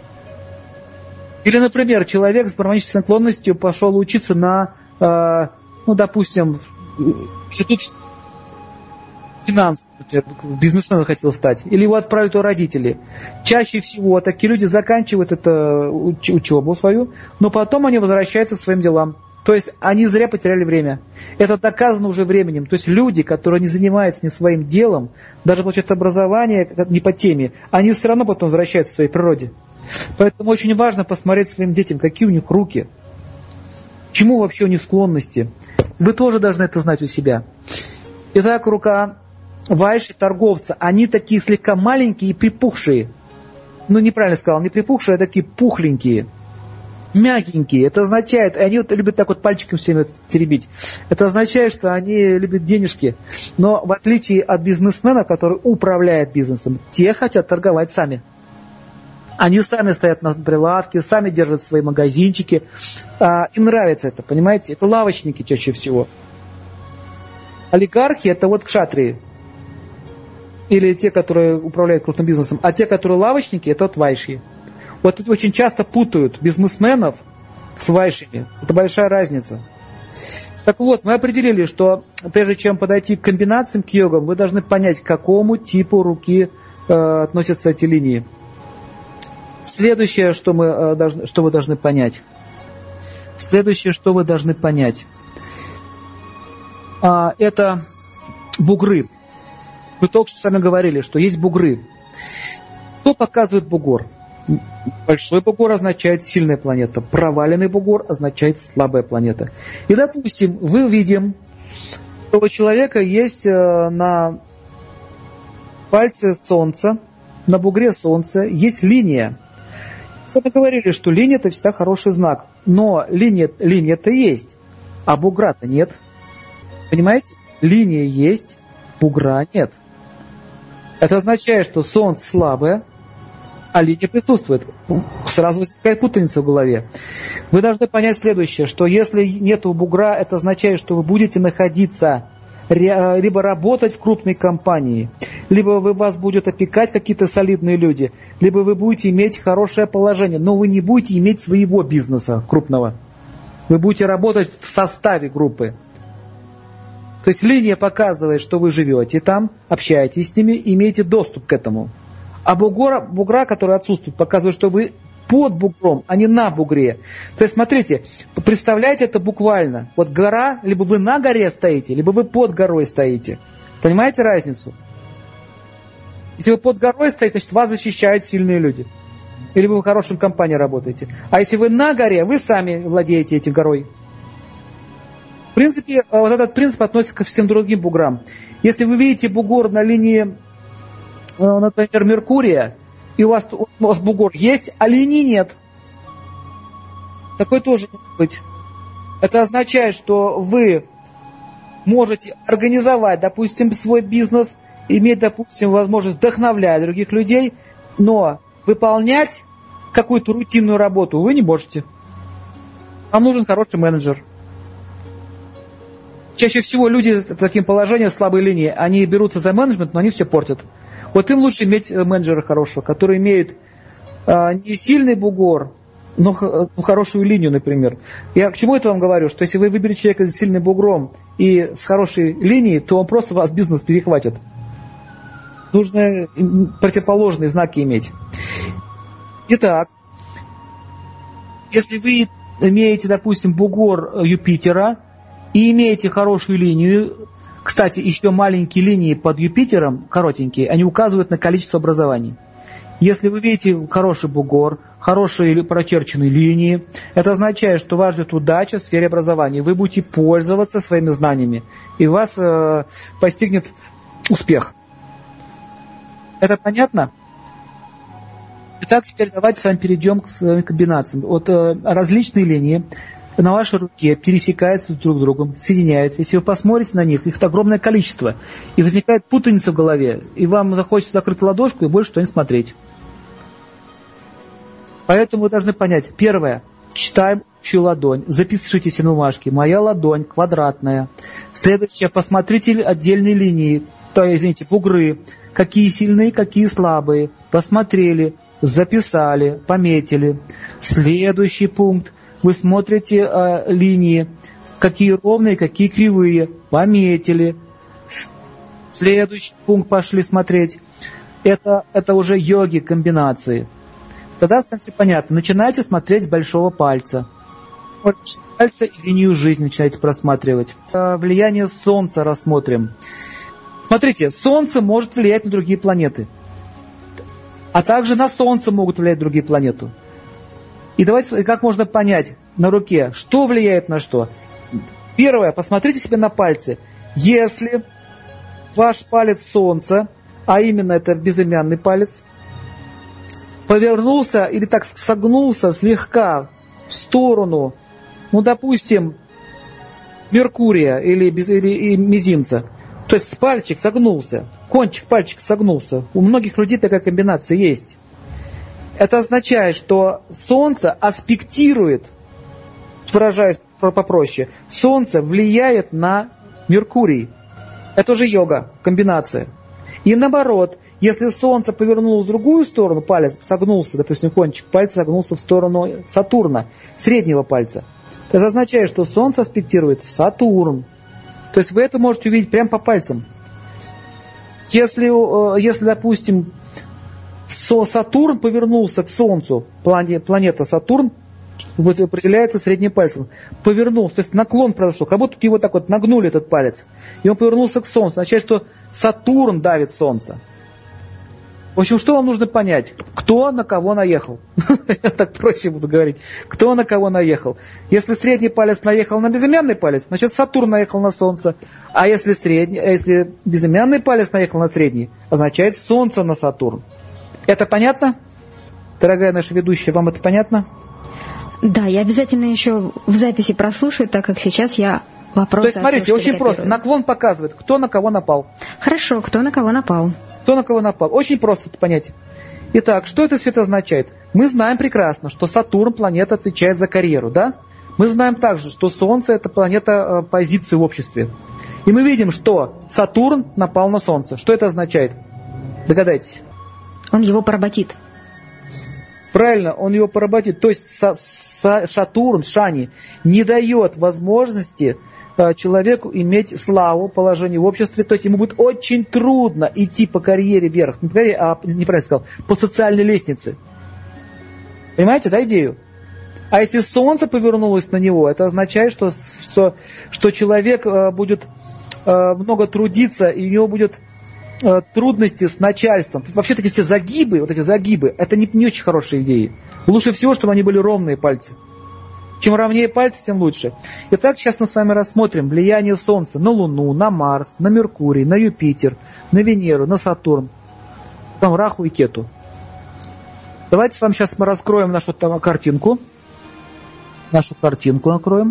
Или, например, человек с браманической наклонностью пошел учиться на, э, ну, допустим, институт финансов, например, бизнесменом хотел стать, или его отправят у родителей. Чаще всего такие люди заканчивают эту уч- учебу свою, но потом они возвращаются к своим делам. То есть они зря потеряли время. Это доказано уже временем. То есть люди, которые не занимаются не своим делом, даже получают образование не по теме, они все равно потом возвращаются к своей природе. Поэтому очень важно посмотреть своим детям, какие у них руки, к чему вообще у них склонности. Вы тоже должны это знать у себя. Итак, рука вайши, торговца, они такие слегка маленькие и припухшие. Ну, неправильно сказал, не припухшие, а такие пухленькие, мягенькие. Это означает, и они вот любят так вот пальчиком все время теребить. Это означает, что они любят денежки. Но в отличие от бизнесмена, который управляет бизнесом, те хотят торговать сами. Они сами стоят на прилавке, сами держат свои магазинчики. А, им нравится это, понимаете? Это лавочники чаще всего. Олигархи – это вот кшатрии. Или те, которые управляют крупным бизнесом. А те, которые лавочники – это вот вайши. Вот тут очень часто путают бизнесменов с вайшами. Это большая разница. Так вот, мы определили, что прежде чем подойти к комбинациям, к йогам, вы должны понять, к какому типу руки э, относятся эти линии. Следующее, что, мы, э, должны, что вы должны понять. Следующее, что вы должны понять. А, это бугры. Вы только что сами говорили, что есть бугры. Что показывает бугор? Большой бугор означает сильная планета. Проваленный бугор означает слабая планета. И, допустим, вы видим, что у человека есть на пальце Солнца, на бугре Солнца есть линия. Сами говорили, что линия – это всегда хороший знак. Но линия, линия-то есть, а бугра-то нет. Понимаете? Линия есть, бугра нет. Это означает, что Солнце слабое, а линия присутствует. Сразу возникает путаница в голове. Вы должны понять следующее, что если нет бугра, это означает, что вы будете находиться, либо работать в крупной компании, либо вы, вас будут опекать какие-то солидные люди, либо вы будете иметь хорошее положение, но вы не будете иметь своего бизнеса крупного. Вы будете работать в составе группы. То есть линия показывает, что вы живете там, общаетесь с ними, имеете доступ к этому. А бугра, бугра, который отсутствует, показывает, что вы под бугром, а не на бугре. То есть смотрите, представляете это буквально. Вот гора, либо вы на горе стоите, либо вы под горой стоите. Понимаете разницу? Если вы под горой стоите, значит вас защищают сильные люди. Или вы в хорошей компании работаете. А если вы на горе, вы сами владеете этой горой. В принципе, вот этот принцип относится ко всем другим буграм. Если вы видите бугор на линии, например, Меркурия, и у вас, у вас бугор есть, а линии нет. Такой тоже может быть. Это означает, что вы можете организовать, допустим, свой бизнес, иметь, допустим, возможность вдохновлять других людей, но выполнять какую-то рутинную работу вы не можете. Вам нужен хороший менеджер. Чаще всего люди с таким положением, слабой линии, они берутся за менеджмент, но они все портят. Вот им лучше иметь менеджера хорошего, который имеет а, не сильный бугор, но х- хорошую линию, например. Я к чему это вам говорю? Что если вы выберете человека с сильным бугром и с хорошей линией, то он просто вас бизнес перехватит. Нужно противоположные знаки иметь. Итак, если вы имеете, допустим, бугор Юпитера и имеете хорошую линию, кстати, еще маленькие линии под Юпитером, коротенькие, они указывают на количество образований. Если вы видите хороший бугор, хорошие прочерченные линии, это означает, что вас ждет удача в сфере образования. Вы будете пользоваться своими знаниями, и вас э, постигнет успех. Это понятно? Итак, теперь давайте с вами перейдем к своим комбинациям. Вот э, различные линии на вашей руке пересекаются друг с другом, соединяются. Если вы посмотрите на них, их огромное количество, и возникает путаница в голове, и вам захочется закрыть ладошку и больше что не смотреть. Поэтому вы должны понять. Первое. Читаем общую ладонь. Запишите себе на бумажке. Моя ладонь квадратная. Следующее. Посмотрите отдельные линии, то, извините, бугры. Какие сильные, какие слабые. Посмотрели, записали, пометили. Следующий пункт. Вы смотрите э, линии, какие ровные, какие кривые, пометили. Следующий пункт пошли смотреть. Это, это уже йоги комбинации. Тогда станет понятно. Начинайте смотреть с большого пальца. Пальца и линию жизни начинаете просматривать. Э, влияние Солнца рассмотрим. Смотрите, Солнце может влиять на другие планеты. А также на Солнце могут влиять другие планеты. И давайте, как можно понять на руке, что влияет на что. Первое, посмотрите себе на пальцы. Если ваш палец Солнца, а именно это безымянный палец, повернулся или так согнулся слегка в сторону, ну, допустим, Меркурия или, без, или и мизинца, то есть пальчик согнулся, кончик пальчика согнулся. У многих людей такая комбинация есть. Это означает, что Солнце аспектирует, выражаясь попроще, Солнце влияет на Меркурий. Это уже йога, комбинация. И наоборот, если Солнце повернулось в другую сторону, палец согнулся, допустим, кончик пальца согнулся в сторону Сатурна, среднего пальца, это означает, что Солнце аспектирует Сатурн. То есть вы это можете увидеть прямо по пальцам. Если, если допустим, Сатурн повернулся к Солнцу, планета Сатурн определяется средним пальцем, повернулся, то есть наклон произошел, как будто его так вот нагнули этот палец, и он повернулся к Солнцу, означает, что Сатурн давит Солнце. В общем, что вам нужно понять? Кто на кого наехал? Я так проще буду говорить. Кто на кого наехал? Если средний палец наехал на безымянный палец, значит Сатурн наехал на Солнце. А если, средний, если безымянный палец наехал на средний, означает Солнце на Сатурн. Это понятно? Дорогая наша ведущая, вам это понятно? Да, я обязательно еще в записи прослушаю, так как сейчас я вопрос... То есть, смотрите, очень просто. Наклон показывает, кто на кого напал. Хорошо, кто на кого напал. Кто на кого напал. Очень просто это понять. Итак, что это все это означает? Мы знаем прекрасно, что Сатурн, планета, отвечает за карьеру, да? Мы знаем также, что Солнце – это планета э, позиции в обществе. И мы видим, что Сатурн напал на Солнце. Что это означает? Догадайтесь. Он его поработит. Правильно, он его поработит. То есть Сатурн, Шани, не дает возможности человеку иметь славу, положение в обществе. То есть ему будет очень трудно идти по карьере вверх. Не по карьере, а, неправильно сказал, по социальной лестнице. Понимаете, да, идею? А если Солнце повернулось на него, это означает, что, что, что человек будет много трудиться, и у него будет трудности с начальством. Вообще-то эти все загибы, вот эти загибы, это не, не очень хорошие идеи. Лучше всего, чтобы они были ровные пальцы. Чем ровнее пальцы, тем лучше. Итак, сейчас мы с вами рассмотрим влияние Солнца на Луну, на Марс, на Меркурий, на Юпитер, на Венеру, на Сатурн, там Раху и Кету. Давайте с вами сейчас мы раскроем нашу там картинку. Нашу картинку накроем.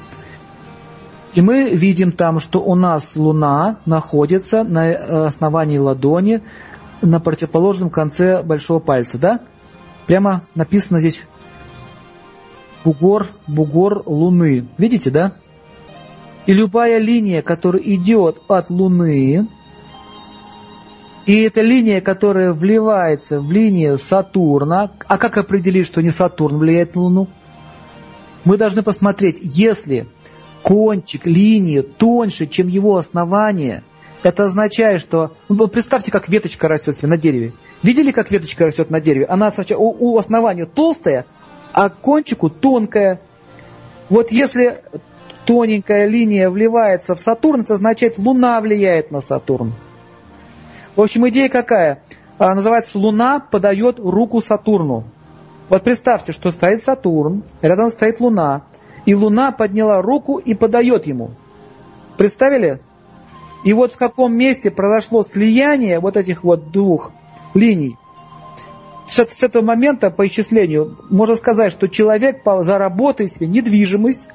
И мы видим там, что у нас Луна находится на основании ладони на противоположном конце большого пальца, да? Прямо написано здесь бугор, бугор Луны. Видите, да? И любая линия, которая идет от Луны, и эта линия, которая вливается в линию Сатурна, а как определить, что не Сатурн влияет на Луну? Мы должны посмотреть, если кончик линии тоньше, чем его основание, это означает, что... Ну, представьте, как веточка растет себе на дереве. Видели, как веточка растет на дереве? Она сначала у, у основания толстая, а к кончику тонкая. Вот если тоненькая линия вливается в Сатурн, это означает, Луна влияет на Сатурн. В общем, идея какая? А, называется, что Луна подает руку Сатурну. Вот представьте, что стоит Сатурн, рядом стоит Луна, и Луна подняла руку и подает ему. Представили? И вот в каком месте произошло слияние вот этих вот двух линий. С этого момента, по исчислению, можно сказать, что человек заработает себе недвижимость.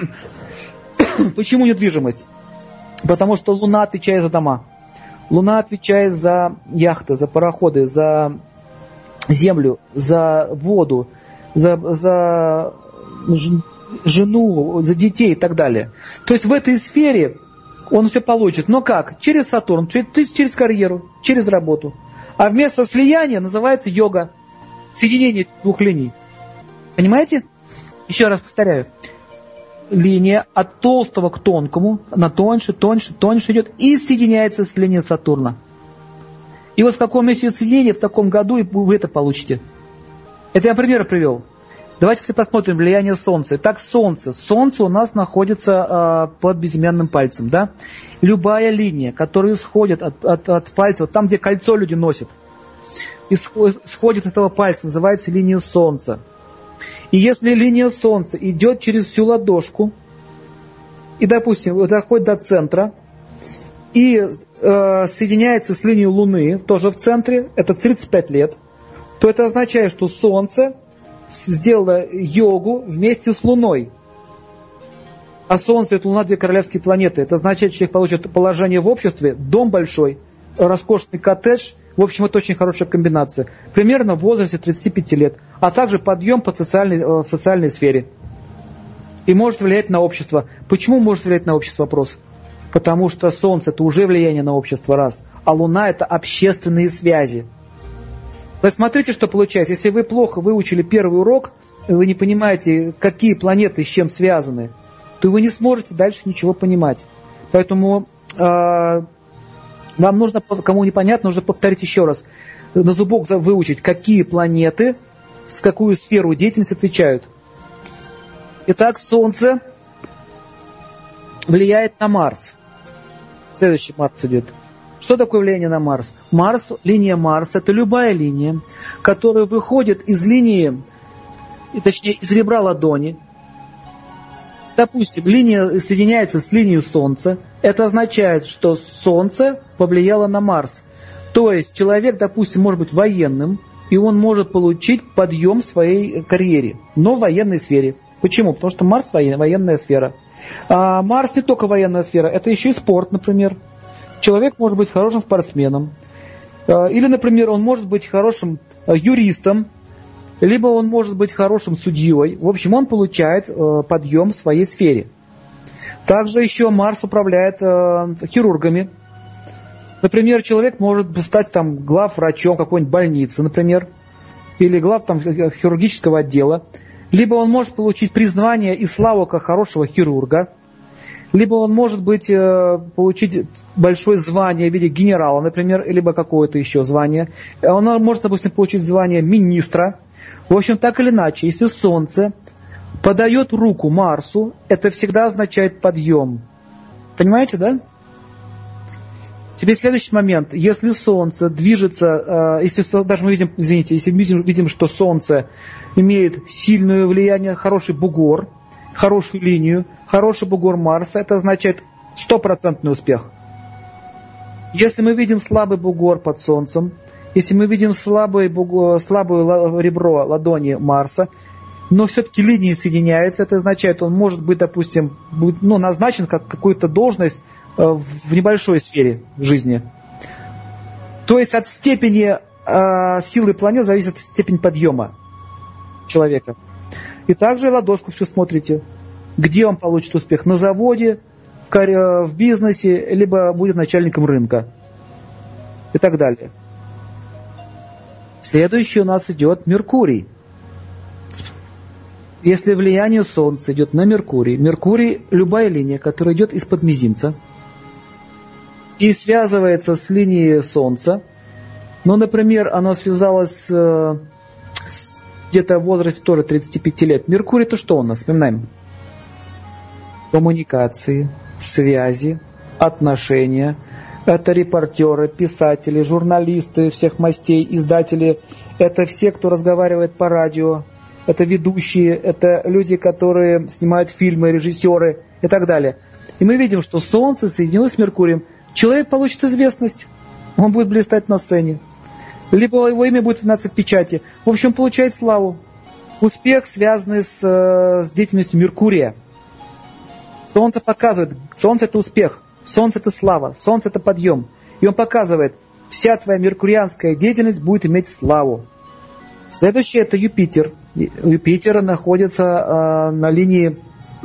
Почему недвижимость? Потому что Луна отвечает за дома. Луна отвечает за яхты, за пароходы, за землю, за воду, за, за жену, за детей и так далее. То есть в этой сфере он все получит. Но как? Через Сатурн, через, через карьеру, через работу. А вместо слияния называется йога. Соединение двух линий. Понимаете? Еще раз повторяю. Линия от толстого к тонкому, она тоньше, тоньше, тоньше идет и соединяется с линией Сатурна. И вот в каком месте соединения, в таком году и вы это получите. Это я пример привел. Давайте посмотрим влияние Солнца. Итак, Солнце. Солнце у нас находится э, под безымянным пальцем. Да? Любая линия, которая исходит от, от, от пальца, вот там, где кольцо люди носят, исходит от этого пальца, называется линия Солнца. И если линия Солнца идет через всю ладошку, и, допустим, доходит до центра, и э, соединяется с линией Луны, тоже в центре, это тридцать пять лет, то это означает, что Солнце сделала йогу вместе с Луной. А Солнце – это Луна, две королевские планеты. Это означает, что человек получит положение в обществе, дом большой, роскошный коттедж. В общем, это очень хорошая комбинация. Примерно в возрасте тридцати пяти лет. А также подъем по социальной, в социальной сфере. И может влиять на общество. Почему может влиять на общество? Вопрос. Потому что Солнце – это уже влияние на общество, раз. А Луна – это общественные связи. Вы смотрите, что получается. Если вы плохо выучили первый урок, вы не понимаете, какие планеты с чем связаны, то вы не сможете дальше ничего понимать. Поэтому э, вам нужно, кому непонятно, нужно повторить еще раз. На зубок выучить, какие планеты с какую сферу деятельности отвечают. Итак, Солнце влияет на Марс. Следующий Марс идет. Что такое влияние на Марс? Марс, линия Марса, это любая линия, которая выходит из линии, точнее, из ребра ладони. Допустим, линия соединяется с линией Солнца. Это означает, что Солнце повлияло на Марс. То есть человек, допустим, может быть военным, и он может получить подъем в своей карьере, но в военной сфере. Почему? Потому что Марс военная сфера. А Марс не только военная сфера, это еще и спорт, например. Человек может быть хорошим спортсменом. Или, например, он может быть хорошим юристом, либо он может быть хорошим судьей. В общем, он получает подъем в своей сфере. Также еще Марс управляет хирургами. Например, человек может стать там главврачом какой-нибудь больницы, например, или глав там хирургического отдела. Либо он может получить признание и славу как хорошего хирурга. Либо он может быть, получить большое звание в виде генерала, например, либо какое-то еще звание. Он может, допустим, получить звание министра. В общем, так или иначе, если Солнце подает руку Марсу, это всегда означает подъем. Понимаете, да? Теперь следующий момент. Если Солнце движется, если даже мы видим, извините, если мы видим, видим, что Солнце имеет сильное влияние, хороший бугор, хорошую линию, хороший бугор Марса, это означает стопроцентный успех. Если мы видим слабый бугор под Солнцем, если мы видим слабый бугор, слабое ребро ладони Марса, но все-таки линии соединяются, это означает, он может быть, допустим, будет, ну, назначен как какую-то должность в небольшой сфере жизни. То есть от степени э, силы планет зависит степень подъема человека. И также ладошку все смотрите. Где он получит успех? На заводе, в бизнесе, либо будет начальником рынка и так далее. Следующий у нас идет Меркурий. Если влияние Солнца идет на Меркурий, Меркурий – любая линия, которая идет из-под мизинца и связывается с линией Солнца. Ну, например, она связалась э, с, где-то в возрасте тоже тридцати пяти лет. Меркурий – это что у нас? Вспоминаем. Коммуникации, связи, отношения. Это репортеры, писатели, журналисты всех мастей, издатели. Это все, кто разговаривает по радио. Это ведущие, это люди, которые снимают фильмы, режиссеры и так далее. И мы видим, что Солнце соединилось с Меркурием. Человек получит известность, он будет блистать на сцене. Либо его имя будет упоминаться в печати. В общем, получает славу. Успех, связанный с, с деятельностью Меркурия. Солнце показывает, Солнце – это успех, Солнце – это слава, Солнце – это подъем. И он показывает, вся твоя меркурианская деятельность будет иметь славу. Следующее – это Юпитер. Юпитер находится э, на линии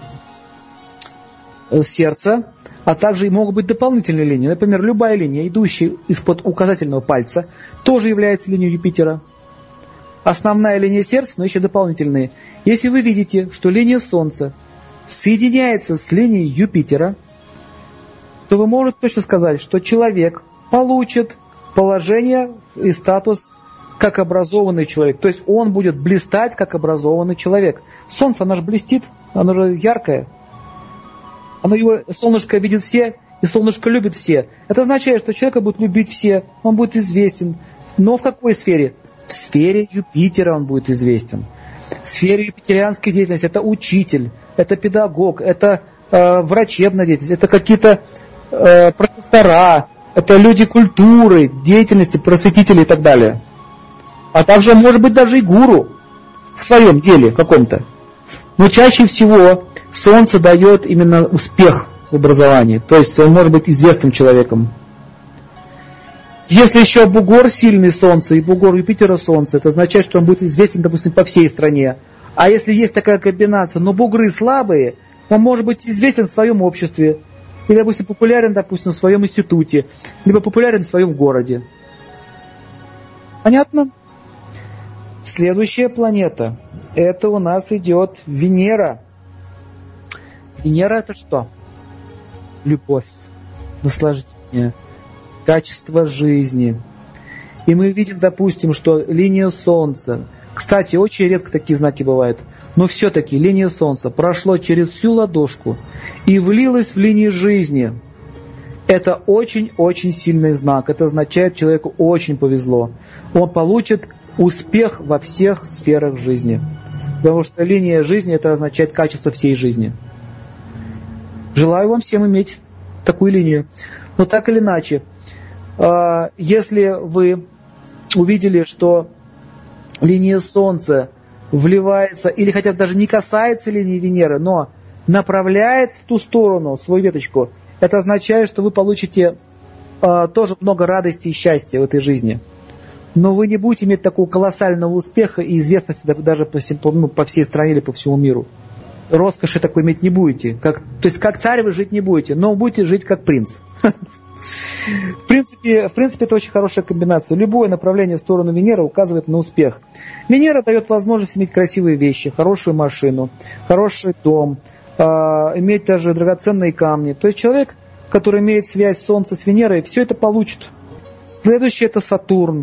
сердца, а также и могут быть дополнительные линии. Например, любая линия, идущая из-под указательного пальца, тоже является линией Юпитера. Основная линия сердца, но еще дополнительные. Если вы видите, что линия Солнца соединяется с линией Юпитера, то вы можете точно сказать, что человек получит положение и статус как образованный человек. То есть он будет блистать как образованный человек. Солнце, оно же блестит, оно же яркое. Оно его, солнышко видит все, и солнышко любит все. Это означает, что человека будут любить все, он будет известен. Но в какой сфере? В сфере Юпитера он будет известен. В сфере юпитерианской деятельности это учитель, это педагог, это э, врачебная деятельность, это какие-то э, профессора, это люди культуры, деятельности, просветители и так далее. А также, может быть, даже и гуру в своем деле каком-то. Но чаще всего Солнце дает именно успех в образовании. То есть он может быть известным человеком. Если еще бугор сильный Солнца и бугор Юпитера Солнца, это означает, что он будет известен, допустим, по всей стране. А если есть такая комбинация, но бугры слабые, он может быть известен в своем обществе. Или, допустим, популярен, допустим, в своем институте. Либо популярен в своем городе. Понятно? Следующая планета. Это у нас идет Венера. Венера это что? Любовь, наслаждение, качество жизни. И мы видим, допустим, что линия Солнца. Кстати, очень редко такие знаки бывают. Но все-таки линия Солнца прошло через всю ладошку и влилась в линию жизни. Это очень-очень сильный знак. Это означает, человеку очень повезло. Он получит успех во всех сферах жизни. Потому что линия жизни это означает качество всей жизни. Желаю вам всем иметь такую линию. Но так или иначе, если вы увидели, что линия Солнца вливается, или хотя бы даже не касается линии Венеры, но направляет в ту сторону свою веточку, это означает, что вы получите тоже много радости и счастья в этой жизни. Но вы не будете иметь такого колоссального успеха и известности даже по, ну, по всей стране или по всему миру. Роскоши такой иметь не будете. Как, то есть как царь вы жить не будете, но будете жить как принц. В принципе, в принципе, это очень хорошая комбинация. Любое направление в сторону Венеры указывает на успех. Венера дает возможность иметь красивые вещи, хорошую машину, хороший дом, э, иметь даже драгоценные камни. То есть человек, который имеет связь Солнца с Венерой, все это получит. Следующее это Сатурн.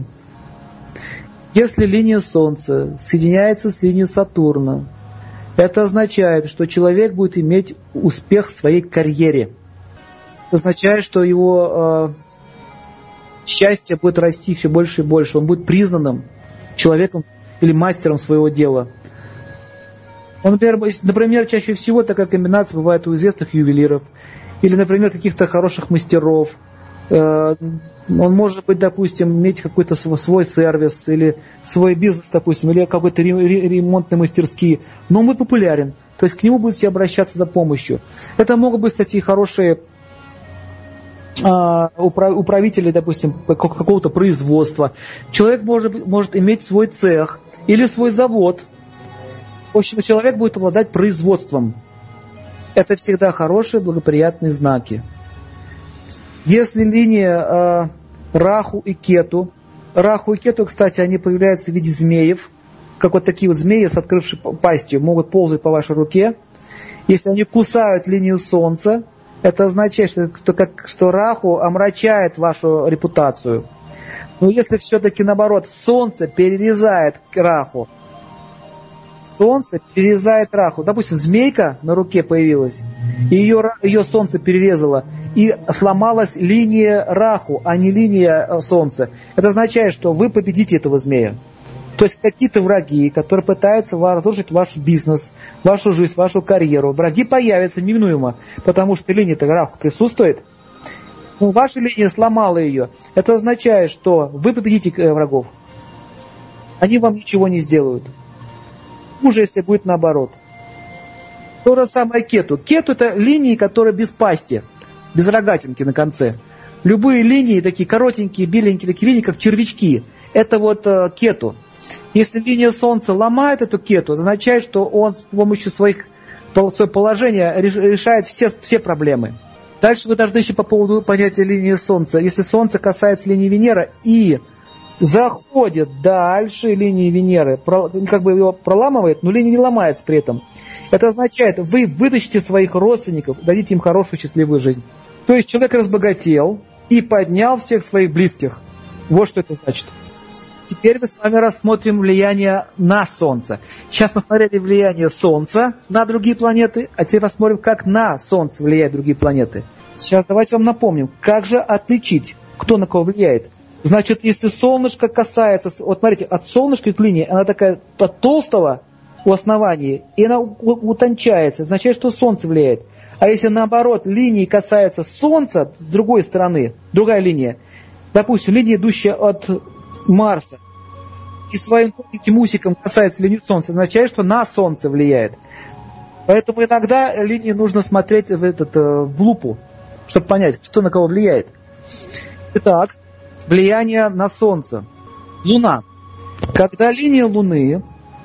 Если линия Солнца соединяется с линией Сатурна, это означает, что человек будет иметь успех в своей карьере. Это означает, что его э, счастье будет расти все больше и больше. Он будет признанным человеком или мастером своего дела. Он, например, например, чаще всего такая комбинация бывает у известных ювелиров. Или, например, каких-то хороших мастеров. Э, он может быть, допустим, иметь какой-то свой сервис, или свой бизнес, допустим, или какой-то ремонтные мастерские. Но он будет популярен. То есть к нему будут все обращаться за помощью. Это могут быть, кстати, хорошие управители, допустим, какого-то производства. Человек может, может иметь свой цех или свой завод. В общем, человек будет обладать производством. это всегда хорошие, благоприятные знаки. Если линия э, Раху и Кету, Раху и Кету, кстати, они появляются в виде змеев, как вот такие вот змеи с открывшей пастью могут ползать по вашей руке. Если они кусают линию Солнца, это означает, что, что, как, что Раху омрачает вашу репутацию. Но если все-таки наоборот Солнце перерезает Раху, Солнце перерезает Раху. Допустим, змейка на руке появилась, и ее, ее Солнце перерезало, и сломалась линия Раху, а не линия Солнца. Это означает, что вы победите этого змея. То есть какие-то враги, которые пытаются разрушить ваш бизнес, вашу жизнь, вашу карьеру. Враги появятся неминуемо, потому что линия-то Раху присутствует. Но ваша линия сломала ее. Это означает, что вы победите врагов. Они вам ничего не сделают. Хуже, если будет наоборот. То же самое Кету. Кету — это линии, которые без пасти, без рогатинки на конце. Любые линии, такие коротенькие, беленькие, такие линии, как червячки, это вот э, Кету. Если линия Солнца ломает эту Кету, это означает, что он с помощью своих, своего положения решает все, все проблемы. Дальше вы должны еще по поводу понятия линии Солнца. Если Солнце касается линии Венеры и заходит дальше линии Венеры, как бы его проламывает, но линия не ломается при этом. Это означает, вы вытащите своих родственников, дадите им хорошую счастливую жизнь. То есть человек разбогател и поднял всех своих близких. Вот что это значит. Теперь мы с вами рассмотрим влияние на Солнце. Сейчас мы смотрели влияние Солнца на другие планеты, а теперь посмотрим, как на Солнце влияют другие планеты. Сейчас давайте вам напомним, как же отличить, кто на кого влияет. Значит, если солнышко касается, вот смотрите, от солнышка к линии, она такая от толстого у основания, и она утончается, означает, что Солнце влияет. А если наоборот, линии касается Солнца с другой стороны, другая линия, допустим, линия, идущая от Марса, и своим тонким усиком касается линии Солнца, означает, что на Солнце влияет. Поэтому иногда линии нужно смотреть в, этот, в лупу, чтобы понять, что на кого влияет. Итак, влияние на Солнце. Луна. Когда линия Луны,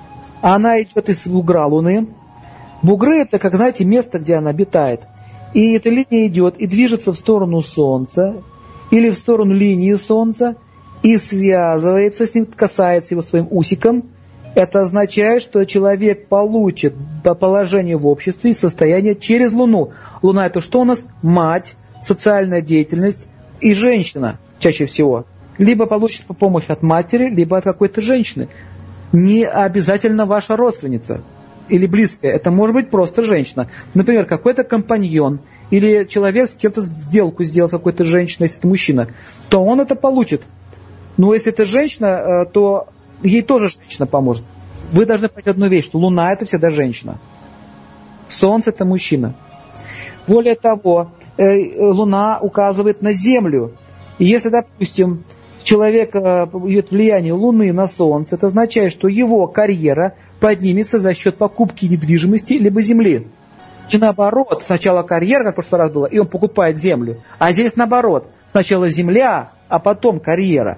она идет из бугра Луны. Бугры — это, как знаете, место, где она обитает. И эта линия идет и движется в сторону Солнца или в сторону линии Солнца и связывается с ним, касается его своим усиком. Это означает, что человек получит положение в обществе и состояние через Луну. Луна — это что у нас? Мать, социальная деятельность и женщина чаще всего. Либо получит помощь от матери, либо от какой-то женщины. Не обязательно ваша родственница или близкая. Это может быть просто женщина. Например, какой-то компаньон или человек с кем-то сделку сделал с какой-то женщиной, если это мужчина, то он это получит. Но если это женщина, то ей тоже женщина поможет. Вы должны понять одну вещь, что Луна — это всегда женщина. Солнце — это мужчина. Более того, Луна указывает на Землю. И если, допустим, человек идет влияние Луны на Солнце, это означает, что его карьера поднимется за счет покупки недвижимости либо земли. И наоборот, сначала карьера, как в прошлый раз было, и он покупает землю. А здесь наоборот, сначала земля, а потом карьера.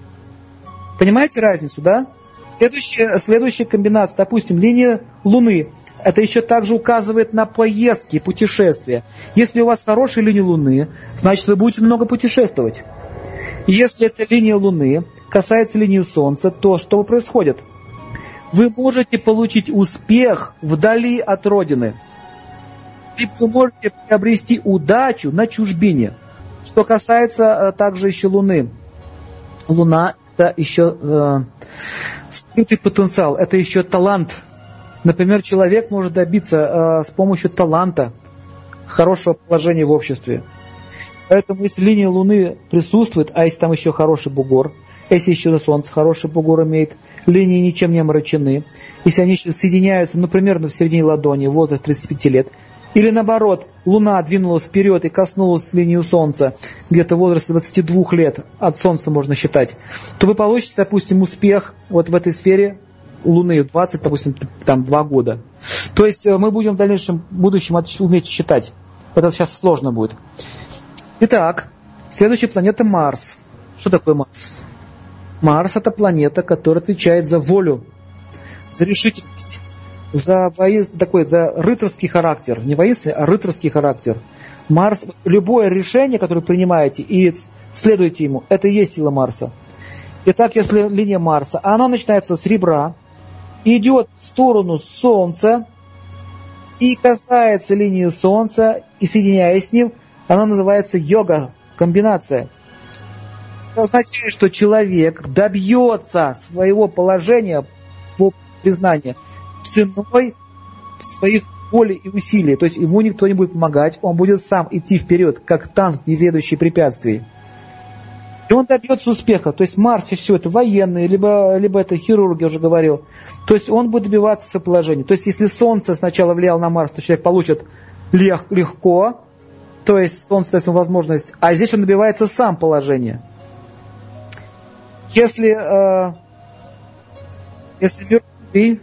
Понимаете разницу, да? Следующая, следующая комбинация, допустим, линия Луны. Это еще также указывает на поездки, путешествия. Если у вас хорошая линия Луны, значит вы будете много путешествовать. Если эта линия Луны касается линии Солнца, то что происходит? Вы можете получить успех вдали от Родины. Либо вы можете приобрести удачу на чужбине. Что касается также еще Луны. Луна — это еще э, скрытый потенциал, это еще талант. Например, человек может добиться э, с помощью таланта хорошего положения в обществе. Поэтому если линия Луны присутствует, а если там еще хороший бугор, если еще Солнце хороший бугор имеет, линии ничем не омрачены, если они еще соединяются, ну, примерно в середине ладони, возраст тридцать пять лет, или наоборот, Луна двинулась вперед и коснулась линию Солнца, где-то в возрасте двадцати двух лет, от Солнца можно считать, то вы получите, допустим, успех вот в этой сфере Луны двадцать, допустим, там, два года. То есть мы будем в дальнейшем в будущем уметь считать. Это сейчас сложно будет. Итак, следующая планета Марс. Что такое Марс? Марс — это планета, которая отвечает за волю, за решительность, за, воин, такой, за рыцарский характер, не воинственный, а рыцарский характер. Марс, любое решение, которое принимаете и следуете ему, это и есть сила Марса. Итак, если линия Марса, она начинается с ребра, идет в сторону Солнца и касается линии Солнца, и соединяясь с ним, она называется йога, комбинация. Это означает, что человек добьется своего положения по признанию ценой своих воли и усилий. То есть ему никто не будет помогать, он будет сам идти вперед, как танк, не ведущий препятствий. И он добьется успеха. То есть Марс все это военные, либо, либо это хирург, я уже говорил. То есть он будет добиваться своего положения. То есть если Солнце сначала влияло на Марс, то человек получит лег, легко, то есть Солнце даст ему возможность, а здесь он добивается сам положения. Если, э, если Меркурий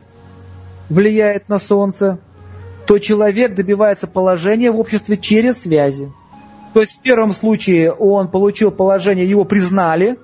влияет на Солнце, то человек добивается положения в обществе через связи. То есть в первом случае он получил положение, его признали,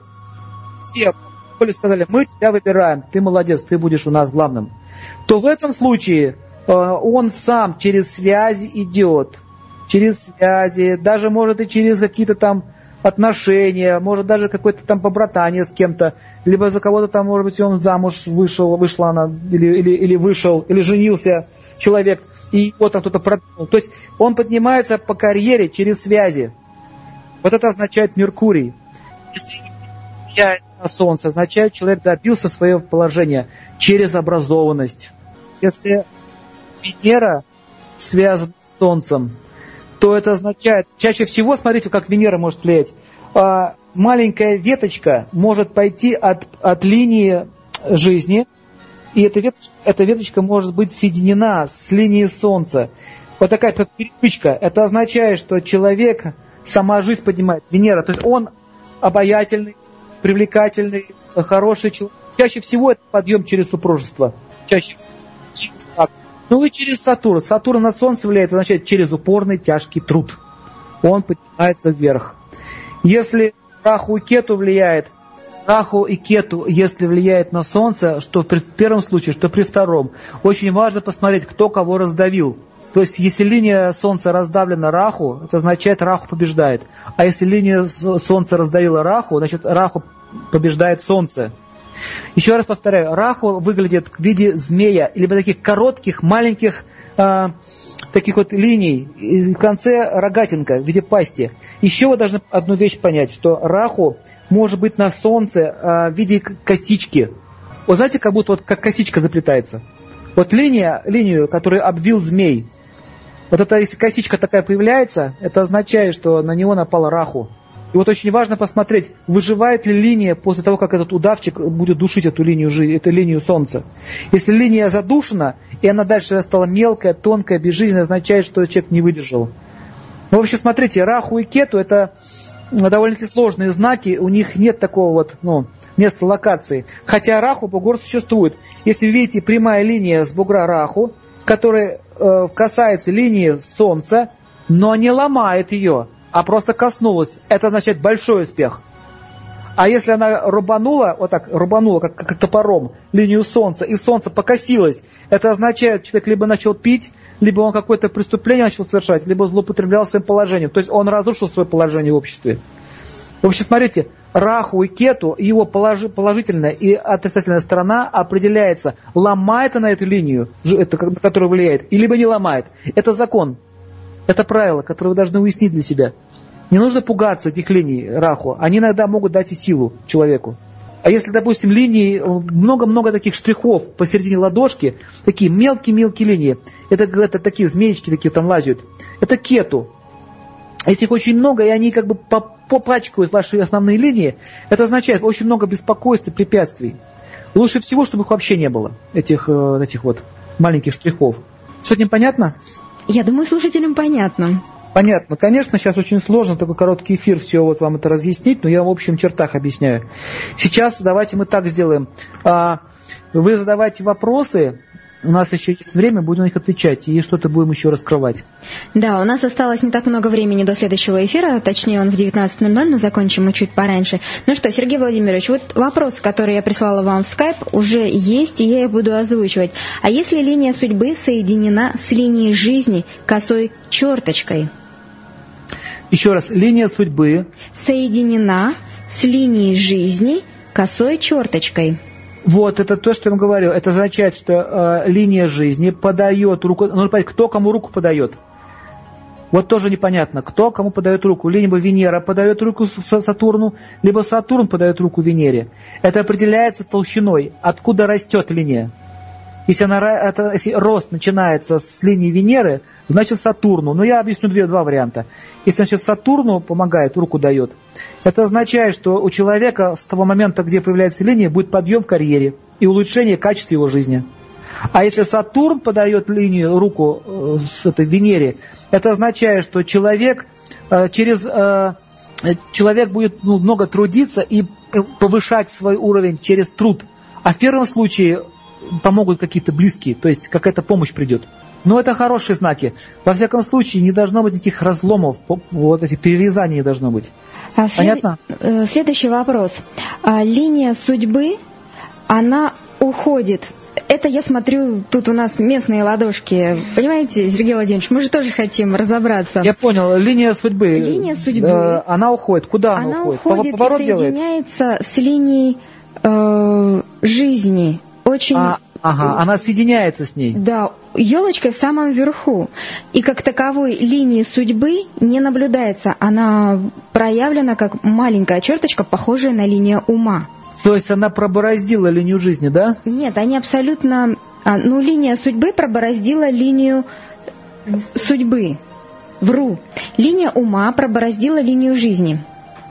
все сказали, мы тебя выбираем, ты молодец, ты будешь у нас главным. То в этом случае э, он сам через связи идет, через связи, даже может и через какие-то там отношения, может даже какое-то там побратание с кем-то, либо за кого-то там, может быть, он замуж вышел, вышла она, или, или, или вышел, или женился человек, и его там кто-то продвинул. То есть он поднимается по карьере через связи. Вот это означает Меркурий. Если влияет на Солнце, означает, человек добился своего положения через образованность. Если Венера связана с Солнцем, то это означает, чаще всего, смотрите, как Венера может влиять, маленькая веточка может пойти от, от линии жизни, и эта веточка, эта веточка может быть соединена с линией Солнца. Вот такая как перепычка. Это означает, что человек, сама жизнь поднимает, Венера, то есть он обаятельный, привлекательный, хороший человек. Чаще всего это подъем через супружество. Чаще через так. Ну и через Сатурн. Сатурн на Солнце влияет, означает через упорный, тяжкий труд. Он поднимается вверх. Если Раху и Кету влияет, Раху и Кету, если влияет на Солнце, что при первом случае, что при втором, очень важно посмотреть, кто кого раздавил. То есть, если линия Солнца раздавлена Раху, это означает, Раху побеждает. А если линия Солнца раздавила Раху, значит, Раху побеждает Солнце. Еще раз повторяю, Раху выглядит в виде змея, либо таких коротких, маленьких, э, таких вот линий, и в конце рогатинка в виде пасти. Еще вы должны одну вещь понять, что Раху может быть на Солнце э, в виде косички. Вот знаете, как будто вот как косичка заплетается. Вот линия, линию, которую обвил змей, вот это, если косичка такая появляется, это означает, что на него напала Раху. И вот очень важно посмотреть, выживает ли линия после того, как этот удавчик будет душить эту линию, эту линию Солнца. Если линия задушена, и она дальше стала мелкая, тонкая, безжизненная, означает, что человек не выдержал. Ну, в общем, смотрите, Раху и Кету – это довольно-таки сложные знаки, у них нет такого вот, ну, места локации. Хотя Раху бугор существует. Если вы видите прямая линия с бугра Раху, которая э, касается линии Солнца, но не ломает ее, а просто коснулась, это означает большой успех. А если она рубанула, вот так, рубанула, как, как топором, линию Солнца, и Солнце покосилось, это означает, что человек либо начал пить, либо он какое-то преступление начал совершать, либо злоупотреблял своим положением. То есть он разрушил свое положение в обществе. В общем, смотрите, Раху и Кету, его положительная и отрицательная сторона определяется, ломает она эту линию, которая влияет, или либо не ломает. Это закон. Это правило, которое вы должны уяснить для себя. Не нужно пугаться этих линий Раху. Они иногда могут дать и силу человеку. А если, допустим, линии, много-много таких штрихов посередине ладошки, такие мелкие-мелкие линии, это, это такие змеечки такие там лазят, это Кету. А если их очень много, и они как бы попачкают ваши основные линии, это означает очень много беспокойств и препятствий. Лучше всего, чтобы их вообще не было, этих, этих вот маленьких штрихов. С этим понятно? Я думаю, слушателям понятно. Понятно. Конечно, сейчас очень сложно, такой короткий эфир, все вот вам это разъяснить, но я вам в общем чертах объясняю. Сейчас давайте мы так сделаем. Вы задавайте вопросы, у нас еще есть время, будем на них отвечать и что-то будем еще раскрывать. Да, у нас осталось не так много времени до следующего эфира, точнее он в девятнадцать ноль ноль, но закончим мы чуть пораньше. Ну что, Сергей Владимирович, вот вопрос, который я прислала вам в скайп, уже есть, и я их буду озвучивать. А если линия судьбы соединена с линией жизни косой черточкой? Еще раз, линия судьбы соединена с линией жизни косой черточкой. Вот, это то, что я вам говорил. Это означает, что э, линия жизни подает руку. Нужно понять, кто кому руку подает. Вот тоже непонятно, кто кому подает руку. Либо Венера подает руку Сатурну, либо Сатурн подает руку Венере. Это определяется толщиной, откуда растет линия. Если, она, это, если рост начинается с линии Венеры, значит Сатурну. Но я объясню две, два варианта. Если, значит, Сатурну помогает, руку дает, это означает, что у человека с того момента, где появляется линия, будет подъем в карьере и улучшение качества его жизни. А если Сатурн подает линию, руку с этой Венере, это означает, что человек, через, человек будет ну, много трудиться и повышать свой уровень через труд. А в первом случае помогут какие-то близкие, то есть какая-то помощь придет. Но это хорошие знаки. Во всяком случае, не должно быть никаких разломов, вот этих перерезаний не должно быть. А Понятно? След... Следующий вопрос. А линия судьбы, она уходит. Это я смотрю, тут у нас местные ладошки. Понимаете, Сергей Владимирович, мы же тоже хотим разобраться. Я понял. Линия судьбы. Линия судьбы. Э, она уходит. Куда она, она уходит? уходит Поворот и соединяется делает? С линией э, жизни. Очень... А, ага, она соединяется с ней. Да, елочкой в самом верху. И как таковой линии судьбы не наблюдается. Она проявлена как маленькая черточка, похожая на линию ума. То есть она пробороздила линию жизни, да? Нет, они абсолютно... Ну, линия судьбы пробороздила линию судьбы. Вру. Линия ума пробороздила линию жизни.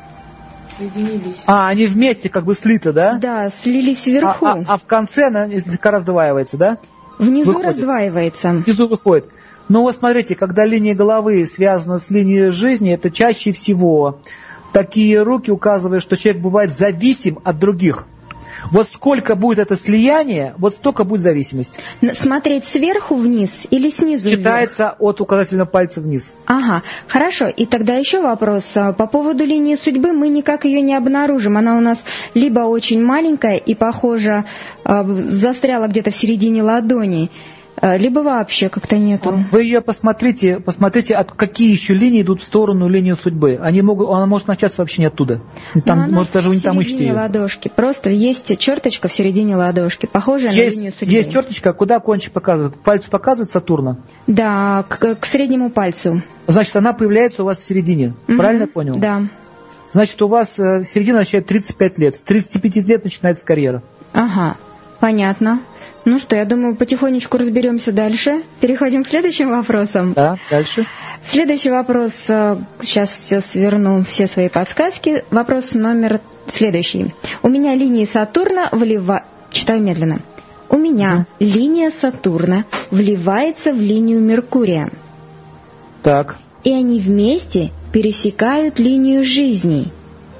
А, они вместе как бы слиты, да? Да, слились вверху. А, а, а в конце она слегка раздваивается, да? Внизу выходит. раздваивается. Внизу выходит. Ну вот смотрите, когда линия головы связана с линией жизни, это чаще всего такие руки указывают, что человек бывает зависим от других. Вот сколько будет это слияние, вот столько будет зависимость. Смотреть сверху вниз или снизу вверх? Читается от указательного пальца вниз. Ага, хорошо. И тогда еще вопрос. По поводу линии судьбы мы никак ее не обнаружим. Она у нас либо очень маленькая и, похоже, застряла где-то в середине ладони, либо вообще как-то нету. Вы ее посмотрите, посмотрите, от какие еще линии идут в сторону линии судьбы. Они могут, она может начаться вообще не оттуда. Там, может, даже вы не там ищете ее. В середине ладошки. Просто есть черточка в середине ладошки, похожая есть, на линию судьбы. Есть черточка, куда кончик показывает? К пальцу показывает Сатурна? Да, к, к среднему пальцу. Значит, она появляется у вас в середине. Угу, правильно я понял? Да. Значит, у вас середина начинает тридцать пять лет. С тридцати пяти лет начинается карьера. Ага, понятно. Ну что, я думаю, потихонечку разберемся дальше. Переходим к следующим вопросам. Да, дальше. Следующий вопрос. Сейчас все сверну, все свои подсказки. Вопрос номер следующий. У меня линии Сатурна влива... Читаю медленно. У меня угу. линия Сатурна вливается в линию Меркурия. Так. И они вместе пересекают линию жизни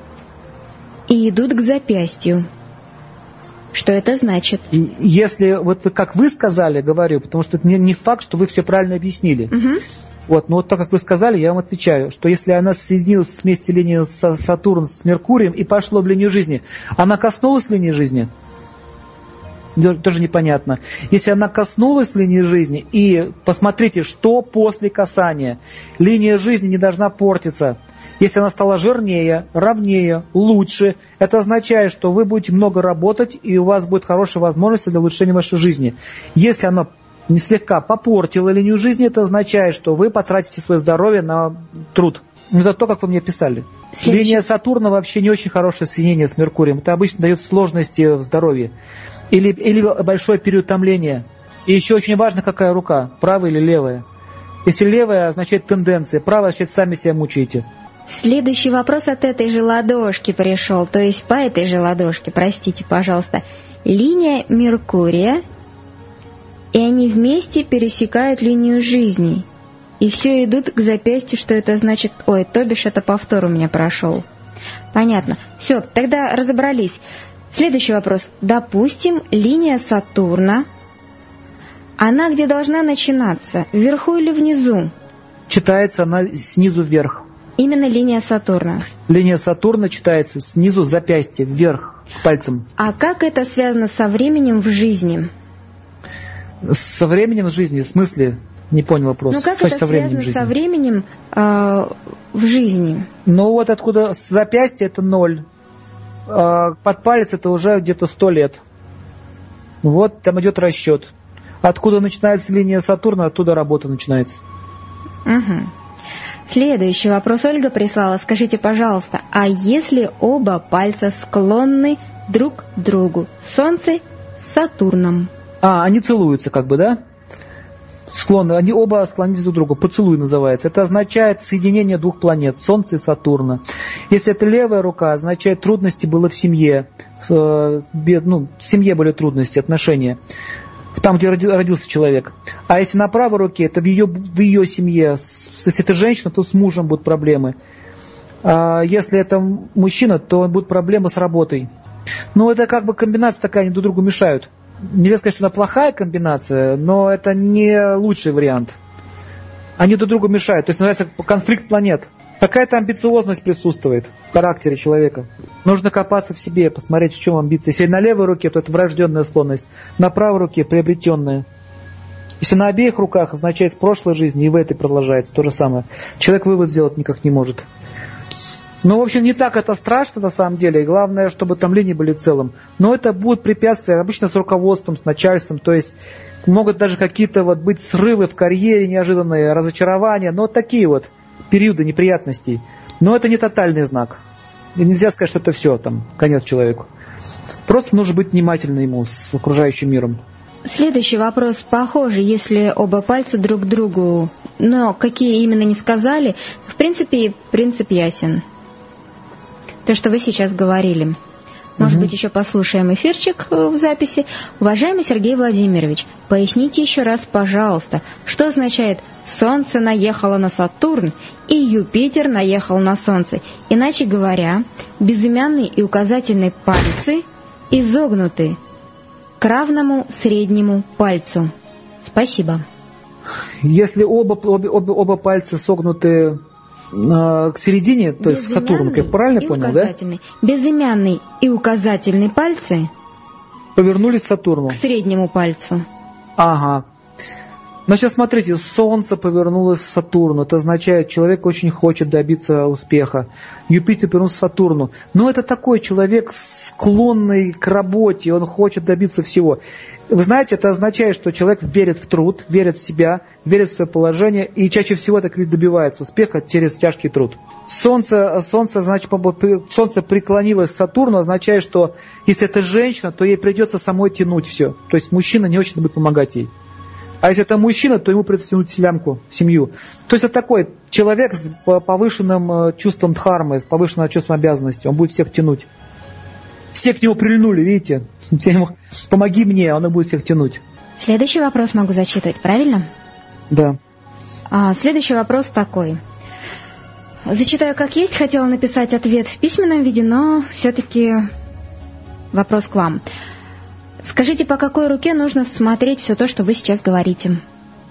и идут к запястью. Что это значит? Если, вот как вы сказали, говорю, потому что это не, не факт, что вы все правильно объяснили. Угу. Вот, но вот так как вы сказали, я вам отвечаю, что если она соединилась вместе линии Сатурн с Меркурием и пошло в линию жизни, она коснулась линии жизни? Тоже непонятно. Если она коснулась линии жизни, и посмотрите, что после касания. Линия жизни не должна портиться. Если она стала жирнее, ровнее, лучше, это означает, что вы будете много работать, и у вас будет хорошая возможность для улучшения вашей жизни. Если она не слегка попортила линию жизни, это означает, что вы потратите свое здоровье на труд. Это то, как вы мне писали. Следующий. Линия Сатурна вообще не очень хорошее соединение с Меркурием. Это обычно дает сложности в здоровье. Или, или большое переутомление. И еще очень важно, какая рука, правая или левая. Если левая, означает тенденция, правая, означает сами себя мучаете. Следующий вопрос от этой же ладошки пришел, то есть по этой же ладошке, простите, пожалуйста. Линия Меркурия, и они вместе пересекают линию жизни. И все идут к запястью, что это значит... Ой, то бишь это повтор у меня прошел. Понятно. Все, тогда разобрались. Следующий вопрос. Допустим, линия Сатурна Она где должна начинаться? Вверху или внизу? Читается она снизу вверх. Именно линия Сатурна. Линия Сатурна читается снизу запястья, вверх, пальцем. А как это связано со временем в жизни? Со временем в жизни? В смысле? Не понял вопрос. Ну как Что это со временем связано со временем э, в жизни? Ну вот откуда с запястья это ноль. Э, под палец это уже где-то сто лет. Вот там идет расчет. Откуда начинается линия Сатурна, оттуда работа начинается. Угу. Следующий вопрос Ольга прислала. Скажите, пожалуйста, а если оба пальца склонны друг к другу? Солнце с Сатурном. А, они целуются как бы, да? Склонны. Они оба склонились друг к другу. Поцелуй называется. Это означает соединение двух планет, Солнца и Сатурна. Если это левая рука, означает трудности было в семье. Ну, в семье были трудности, отношения. Там, где родился человек. А если на правой руке, это в ее, в ее семье. Если это женщина, то с мужем будут проблемы. А если это мужчина, то будут проблемы с работой. Ну, это как бы комбинация такая, они друг другу мешают. Нельзя сказать, что она плохая комбинация, но это не лучший вариант. Они друг другу мешают. То есть называется конфликт планет. Какая-то амбициозность присутствует в характере человека. Нужно копаться в себе, посмотреть, в чем амбиции. Если на левой руке, то это врожденная склонность. На правой руке приобретенная. Если на обеих руках, означает в прошлой жизни, и в этой продолжается то же самое. Человек вывод сделать никак не может. Ну, в общем, не так это страшно на самом деле. Главное, чтобы там линии были целым. Но это будут препятствия обычно с руководством, с начальством. То есть могут даже какие-то вот быть срывы в карьере неожиданные, разочарования. Но вот такие вот периоды неприятностей. Но это не тотальный знак. И нельзя сказать, что это все, там, конец человеку. Просто нужно быть внимательным ему с окружающим миром. Следующий вопрос похожий, если оба пальца друг к другу, но какие именно не сказали. В принципе, принцип ясен. То, что вы сейчас говорили. Может угу. быть, еще послушаем эфирчик в записи. Уважаемый Сергей Владимирович, поясните еще раз, пожалуйста, что означает «Солнце наехало на Сатурн» и «Юпитер наехал на Солнце». Иначе говоря, безымянный и указательный пальцы изогнуты к равному среднему пальцу. Спасибо. Если оба, оба, оба, оба пальца согнуты к середине, то есть к Сатурну, я правильно понял, да? Безымянный и указательный пальцы повернулись к Сатурну. К среднему пальцу. Ага. Значит, смотрите, Солнце повернулось к Сатурну. Это означает, человек очень хочет добиться успеха. Юпитер повернулся к Сатурну. Но это такой человек, склонный к работе, он хочет добиться всего. Вы знаете, это означает, что человек верит в труд, верит в себя, верит в свое положение, и чаще всего так люди добиваются успеха через тяжкий труд. Солнце, солнце, значит, солнце преклонилось к Сатурну, означает, что если это женщина, то ей придется самой тянуть все. То есть мужчина не очень будет помогать ей. А если это мужчина, то ему придется тянуть селянку, семью. То есть это такой человек с повышенным чувством дхармы, с повышенным чувством обязанности. Он будет всех тянуть. Все к нему прильнули, видите? Все ему, помоги мне, он и будет всех тянуть. Следующий вопрос могу зачитывать, правильно? Да. А, следующий вопрос такой. Зачитаю как есть, хотела написать ответ в письменном виде, но все-таки вопрос к вам. Скажите, по какой руке нужно смотреть все то, что вы сейчас говорите?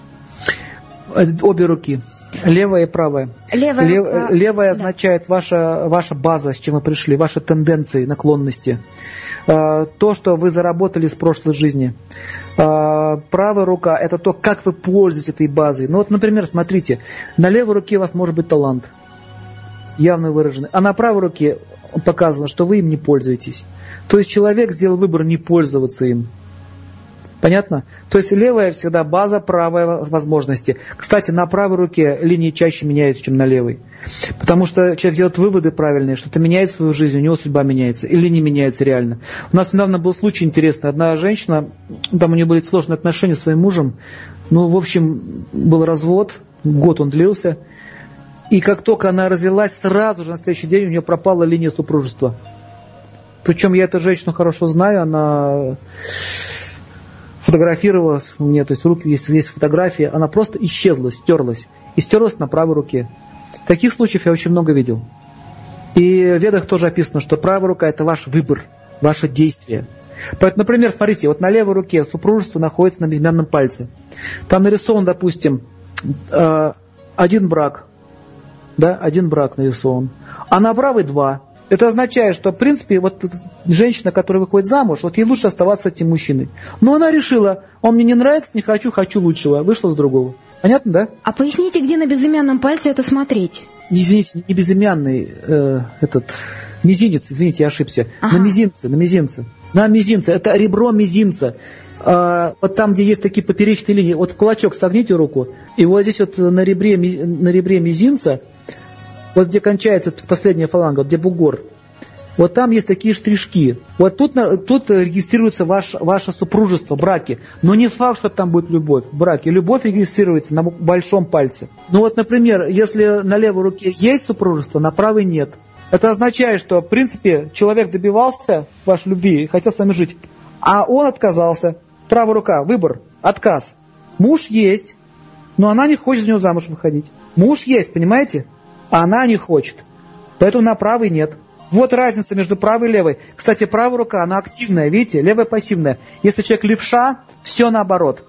Обе руки. Левая и правая. Левая, Лев, рука... левая да. означает ваша, ваша база, с чем вы пришли, ваши тенденции, наклонности. То, что вы заработали с прошлой жизни. Правая рука – это то, как вы пользуетесь этой базой. Ну вот, например, смотрите, на левой руке у вас может быть талант, явно выраженный, а на правой руке показано, что вы им не пользуетесь. То есть человек сделал выбор не пользоваться им. Понятно? То есть левая всегда база, правая возможности. Кстати, на правой руке линии чаще меняются, чем на левой. Потому что человек делает выводы правильные, что-то меняет свою жизнь, у него судьба меняется. И линии меняются реально. У нас недавно был случай интересный. Одна женщина, там у нее были сложные отношения с своим мужем. Ну, в общем, был развод, год он длился. И как только она развелась, сразу же на следующий день у нее пропала линия супружества. Причем я эту женщину хорошо знаю, она фотографировалась у меня, то есть в руке есть, есть фотографии, она просто исчезла, стерлась. И стерлась на правой руке. Таких случаев я очень много видел. И в ведах тоже описано, что правая рука – это ваш выбор, ваше действие. Поэтому, например, смотрите, вот на левой руке супружество находится на безымянном пальце. Там нарисован, допустим, один брак. Да, один брак нарисован. А на правой два. Это означает, что, в принципе, вот женщина, которая выходит замуж, вот ей лучше оставаться с этим мужчиной. Но она решила, он мне не нравится, не хочу, хочу лучшего. Вышла с другого. Понятно, да? А поясните, где на безымянном пальце это смотреть? Не, извините, не безымянный, э, этот, мизинец, извините, я ошибся. Ага. На мизинце, на мизинце. На мизинце, это ребро мизинца. А, вот там, где есть такие поперечные линии, вот в кулачок согните руку, и вот здесь вот на ребре, на ребре мизинца, вот где кончается последняя фаланга, где бугор, вот там есть такие штришки. Вот тут, тут регистрируется ваш, ваше супружество, браки. Но не факт, что там будет любовь в браке. Любовь регистрируется на большом пальце. Ну вот, например, если на левой руке есть супружество, на правой нет. Это означает, что, в принципе, человек добивался вашей любви и хотел с вами жить, а он отказался. Правая рука, выбор, отказ. Муж есть, но она не хочет за него замуж выходить. Муж есть, понимаете? А она не хочет. Поэтому на правой нет. Вот разница между правой и левой. Кстати, правая рука, она активная, видите? Левая пассивная. Если человек левша, все наоборот.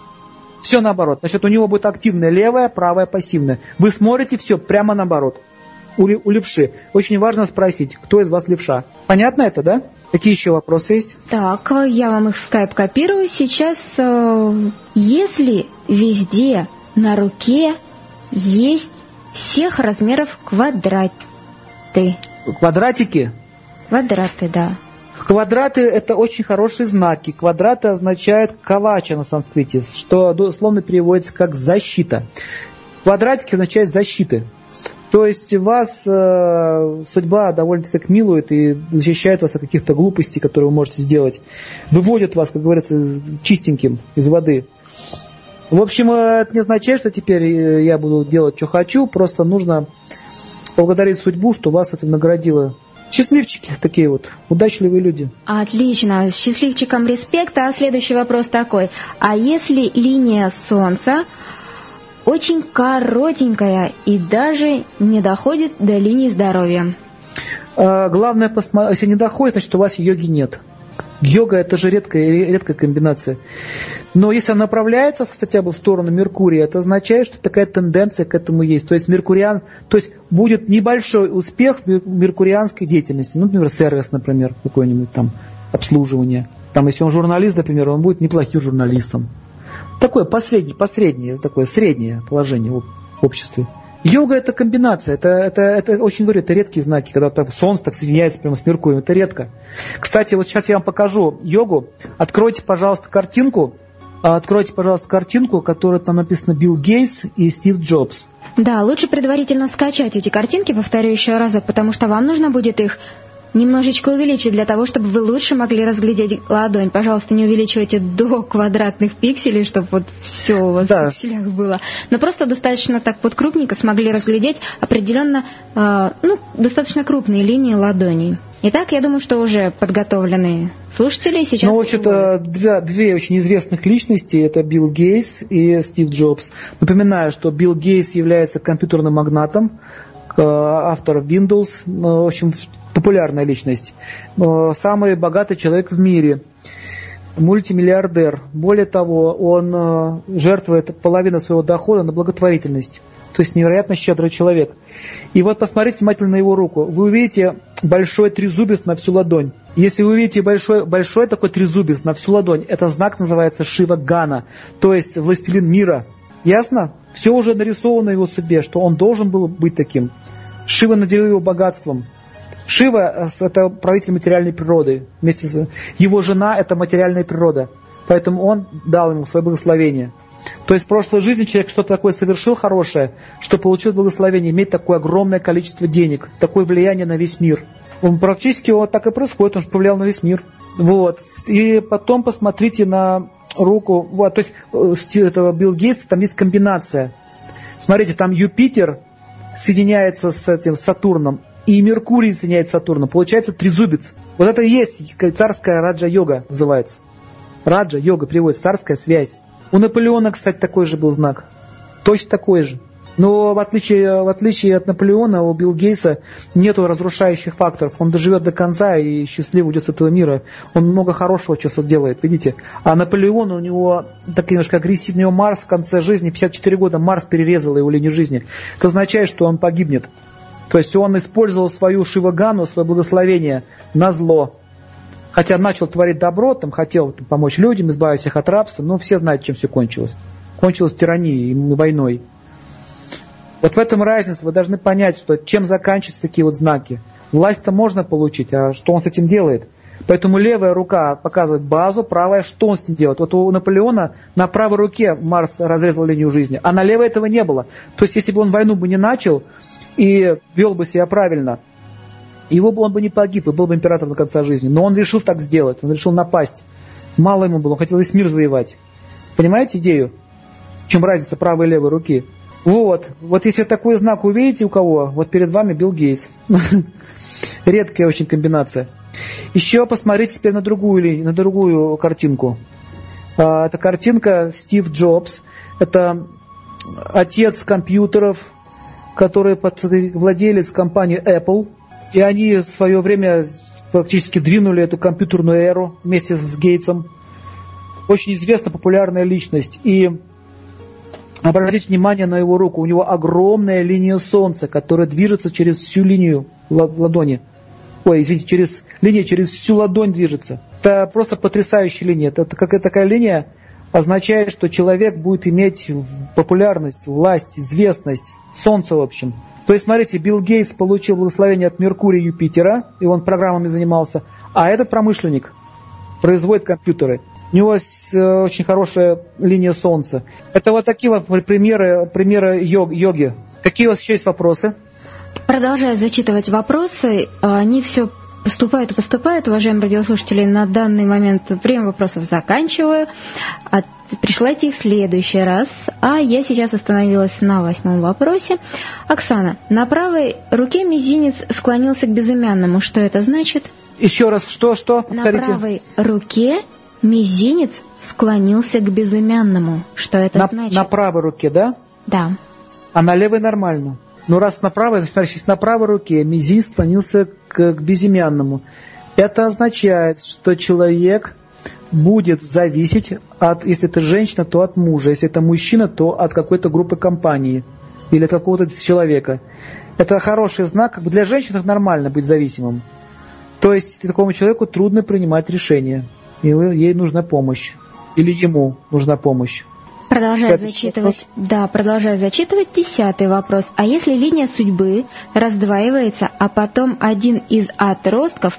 Все наоборот. Значит, у него будет активная левая, правая пассивная. Вы смотрите все прямо наоборот. У, у левши. Очень важно спросить, кто из вас левша. Понятно это, да? Какие еще вопросы есть? Так, я вам их в скайп копирую. Сейчас, э, если везде на руке есть всех размеров квадраты. Квадратики? Квадраты, да. Квадраты – это очень хорошие знаки. Квадраты означают кавача на санскрите, что дословно переводится как защита. Квадратики означают защиты. То есть вас э, судьба довольно-таки так милует и защищает вас от каких-то глупостей, которые вы можете сделать. Выводит вас, как говорится, чистеньким из воды. В общем, это не означает, что теперь я буду делать, что хочу. Просто нужно поблагодарить судьбу, что вас это наградило. Счастливчики такие вот, удачливые люди. Отлично, счастливчикам респект. А следующий вопрос такой. А если линия Солнца очень коротенькая и даже не доходит до линии здоровья? А, главное, посмотри, если не доходит, значит, у вас йоги нет. Йога – это же редкая, редкая комбинация. Но если она направляется хотя бы в сторону Меркурия, это означает, что такая тенденция к этому есть. То есть, меркуриан, то есть будет небольшой успех в меркурианской деятельности. Ну, например, сервис, например, какой-нибудь там обслуживание. Там, если он журналист, например, он будет неплохим журналистом. Такое последнее, последнее, такое среднее положение в обществе. Йога – это комбинация, это, это, это очень говорю, это редкие знаки, когда так, Солнце так соединяется прямо с Меркурием, это редко. Кстати, вот сейчас я вам покажу йогу. Откройте, пожалуйста, картинку, откройте, пожалуйста, картинку, которая там написано Билл Гейтс и Стив Джобс. Да, лучше предварительно скачать эти картинки, повторю еще разок, потому что вам нужно будет их немножечко увеличить для того, чтобы вы лучше могли разглядеть ладонь. Пожалуйста, не увеличивайте до квадратных пикселей, чтобы вот все у вас да. в пикселях было. Но просто достаточно так вот крупненько смогли разглядеть определенно, э, ну, достаточно крупные линии ладоней. Итак, я думаю, что уже подготовленные слушатели сейчас... Ну, вообще-то, две, две очень известных личности, это Билл Гейтс и Стив Джобс. Напоминаю, что Билл Гейтс является компьютерным магнатом, автор Windows, в общем, популярная личность, самый богатый человек в мире, мультимиллиардер. Более того, он жертвует половину своего дохода на благотворительность. То есть невероятно щедрый человек. И вот посмотрите внимательно на его руку. Вы увидите большой трезубец на всю ладонь. Если вы увидите большой, большой такой трезубец на всю ладонь, это знак называется Шива Гана, то есть властелин мира. Ясно? Все уже нарисовано в его судьбе, что он должен был быть таким. Шива наделил его богатством. Шива – это правитель материальной природы. Вместе с... Его жена – это материальная природа. Поэтому он дал ему свое благословение. То есть в прошлой жизни человек что-то такое совершил хорошее, что получил благословение, иметь такое огромное количество денег, такое влияние на весь мир. Он практически вот так и происходит, он же повлиял на весь мир. Вот. И потом посмотрите на руку. Вот. То есть этого Билл Гейтса, там есть комбинация. Смотрите, там Юпитер соединяется с этим Сатурном, и Меркурий соединяется с Сатурном. Получается трезубец. Вот это и есть царская раджа-йога называется. Раджа-йога переводится царская связь. У Наполеона, кстати, такой же был знак. Точно такой же. Но в отличие, в отличие от Наполеона, у Билла Гейтса нету разрушающих факторов. Он доживет до конца и счастливо уйдет с этого мира. Он много хорошего чего-то делает, видите. А Наполеон, у него такой немножко агрессивный, у него Марс в конце жизни, пятьдесят четыре года Марс перерезал его линию жизни. Это означает, что он погибнет. То есть он использовал свою шивагану, свое благословение на зло. Хотя начал творить добро, там, хотел там, помочь людям, избавить их от рабства, но все знают, чем все кончилось. Кончилось тиранией и войной. Вот в этом разница. Вы должны понять, что чем заканчиваются такие вот знаки. Власть-то можно получить, а что он с этим делает? Поэтому левая рука показывает базу, правая, что он с ним делает. Вот у Наполеона на правой руке Марс разрезал линию жизни, а на левой этого не было. То есть, если бы он войну бы не начал и вел бы себя правильно, его бы он бы не погиб и был бы императором до конца жизни. Но он решил так сделать, он решил напасть. Мало ему было, он хотел весь мир завоевать. Понимаете идею? В чем разница правой и левой руки? Вот, вот если такой знак увидите у кого, вот перед вами Билл Гейтс. Редкая очень комбинация. Еще посмотрите теперь на другую линию, на другую картинку. Это картинка Стив Джобс. Это отец компьютеров, который владелец компании Apple. И они в свое время практически двинули эту компьютерную эру вместе с Гейтсом. Очень известная, популярная личность. И обратите внимание на его руку. У него огромная линия Солнца, которая движется через всю линию ладони. Ой, извините, через линия через всю ладонь движется. Это просто потрясающая линия. Это какая такая линия означает, что человек будет иметь популярность, власть, известность, Солнце в общем. То есть, смотрите, Билл Гейтс получил благословение от Меркурия и Юпитера, и он программами занимался, а этот промышленник производит компьютеры. У него очень хорошая линия Солнца. Это вот такие вот примеры, примеры йоги. Какие у вас еще есть вопросы? Продолжая зачитывать вопросы, они все поступают и поступают. Уважаемые радиослушатели, на данный момент прием вопросов заканчиваю. От... Присылайте их в следующий раз. А я сейчас остановилась на восьмом вопросе. Оксана, на правой руке мизинец склонился к безымянному. Что это значит? Еще раз, что, что? Повторите. На правой руке мизинец склонился к безымянному. Что это на, значит? На правой руке, да? Да. А на левой нормально? Ну, раз на правой, смотрите, на правой руке мизинец склонился к, к безымянному. Это означает, что человек будет зависеть от, если это женщина, то от мужа, если это мужчина, то от какой-то группы компании или от какого-то человека. Это хороший знак, как бы для женщин это нормально быть зависимым. То есть такому человеку трудно принимать решения, и ей нужна помощь, или ему нужна помощь. Продолжаю зачитывать. Да, продолжаю зачитывать десятый вопрос. А если линия судьбы раздваивается, а потом один из отростков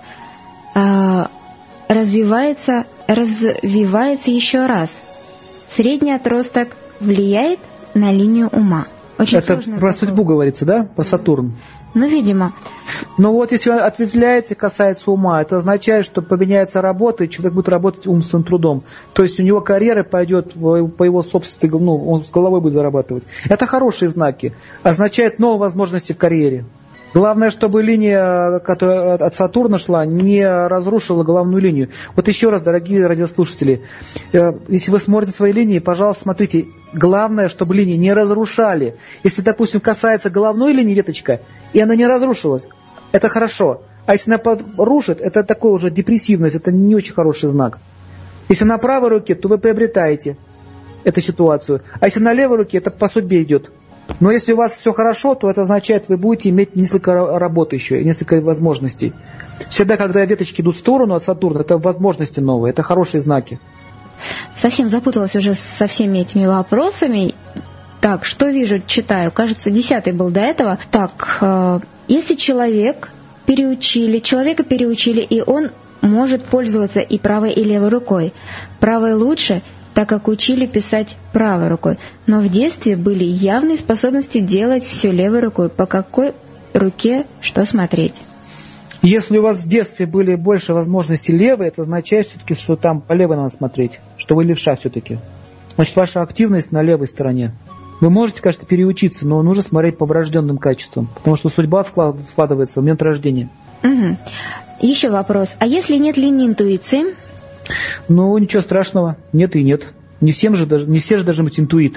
э, развивается, развивается еще раз, средний отросток влияет на линию ума? Очень Это про вопрос. Судьбу говорится, да? По Сатурну. Ну, видимо. Ну вот, если он ответвляется и касается ума, это означает, что поменяется работа, и человек будет работать умственным трудом. То есть у него карьера пойдет по его собственной, ну, он с головой будет зарабатывать. Это хорошие знаки. Означает новые возможности в карьере. Главное, чтобы линия, которая от Сатурна шла, не разрушила головную линию. Вот еще раз, дорогие радиослушатели, если вы смотрите свои линии, пожалуйста, смотрите, главное, чтобы линии не разрушали. Если, допустим, касается головной линии веточка, и она не разрушилась, это хорошо. А если она рушит, это такой уже депрессивность, это не очень хороший знак. Если на правой руке, то вы приобретаете эту ситуацию. А если на левой руке, это по судьбе идет. Но если у вас все хорошо, то это означает, вы будете иметь несколько работ еще, несколько возможностей. Всегда, когда веточки идут в сторону от Сатурна, это возможности новые, это хорошие знаки. Совсем запуталась уже со всеми этими вопросами. Так, что вижу, читаю. Кажется, десятый был до этого. Так, э, если человек переучили, человека переучили, и он может пользоваться и правой, и левой рукой. Правой лучше, так как учили писать правой рукой. Но в детстве были явные способности делать все левой рукой. По какой руке что смотреть? Если у вас в детстве были больше возможностей левой, это означает все-таки, что там по левой надо смотреть, что вы левша все-таки. Значит, ваша активность на левой стороне. Вы можете, конечно, переучиться, но нужно смотреть по врожденным качествам, потому что судьба складывается в момент рождения. Угу. Еще вопрос. А если нет линии интуиции? Ну, ничего страшного. Нет и нет. Не всем же, не все же должны быть интуиты.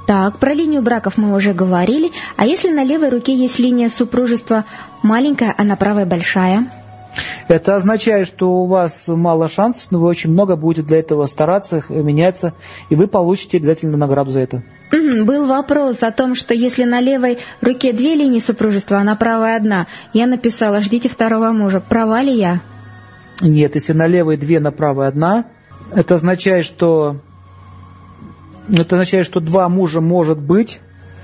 Так, про линию браков мы уже говорили. А если на левой руке есть линия супружества маленькая, а на правой большая? Это означает, что у вас мало шансов, но вы очень много будете для этого стараться, меняться, и вы получите обязательно награду за это. Угу, был вопрос о том, что если на левой руке две линии супружества, а на правой одна, я написала: ждите второго мужа. Права ли я? Нет, если на левой две, на правой одна, это означает, что это означает, что два мужа может быть,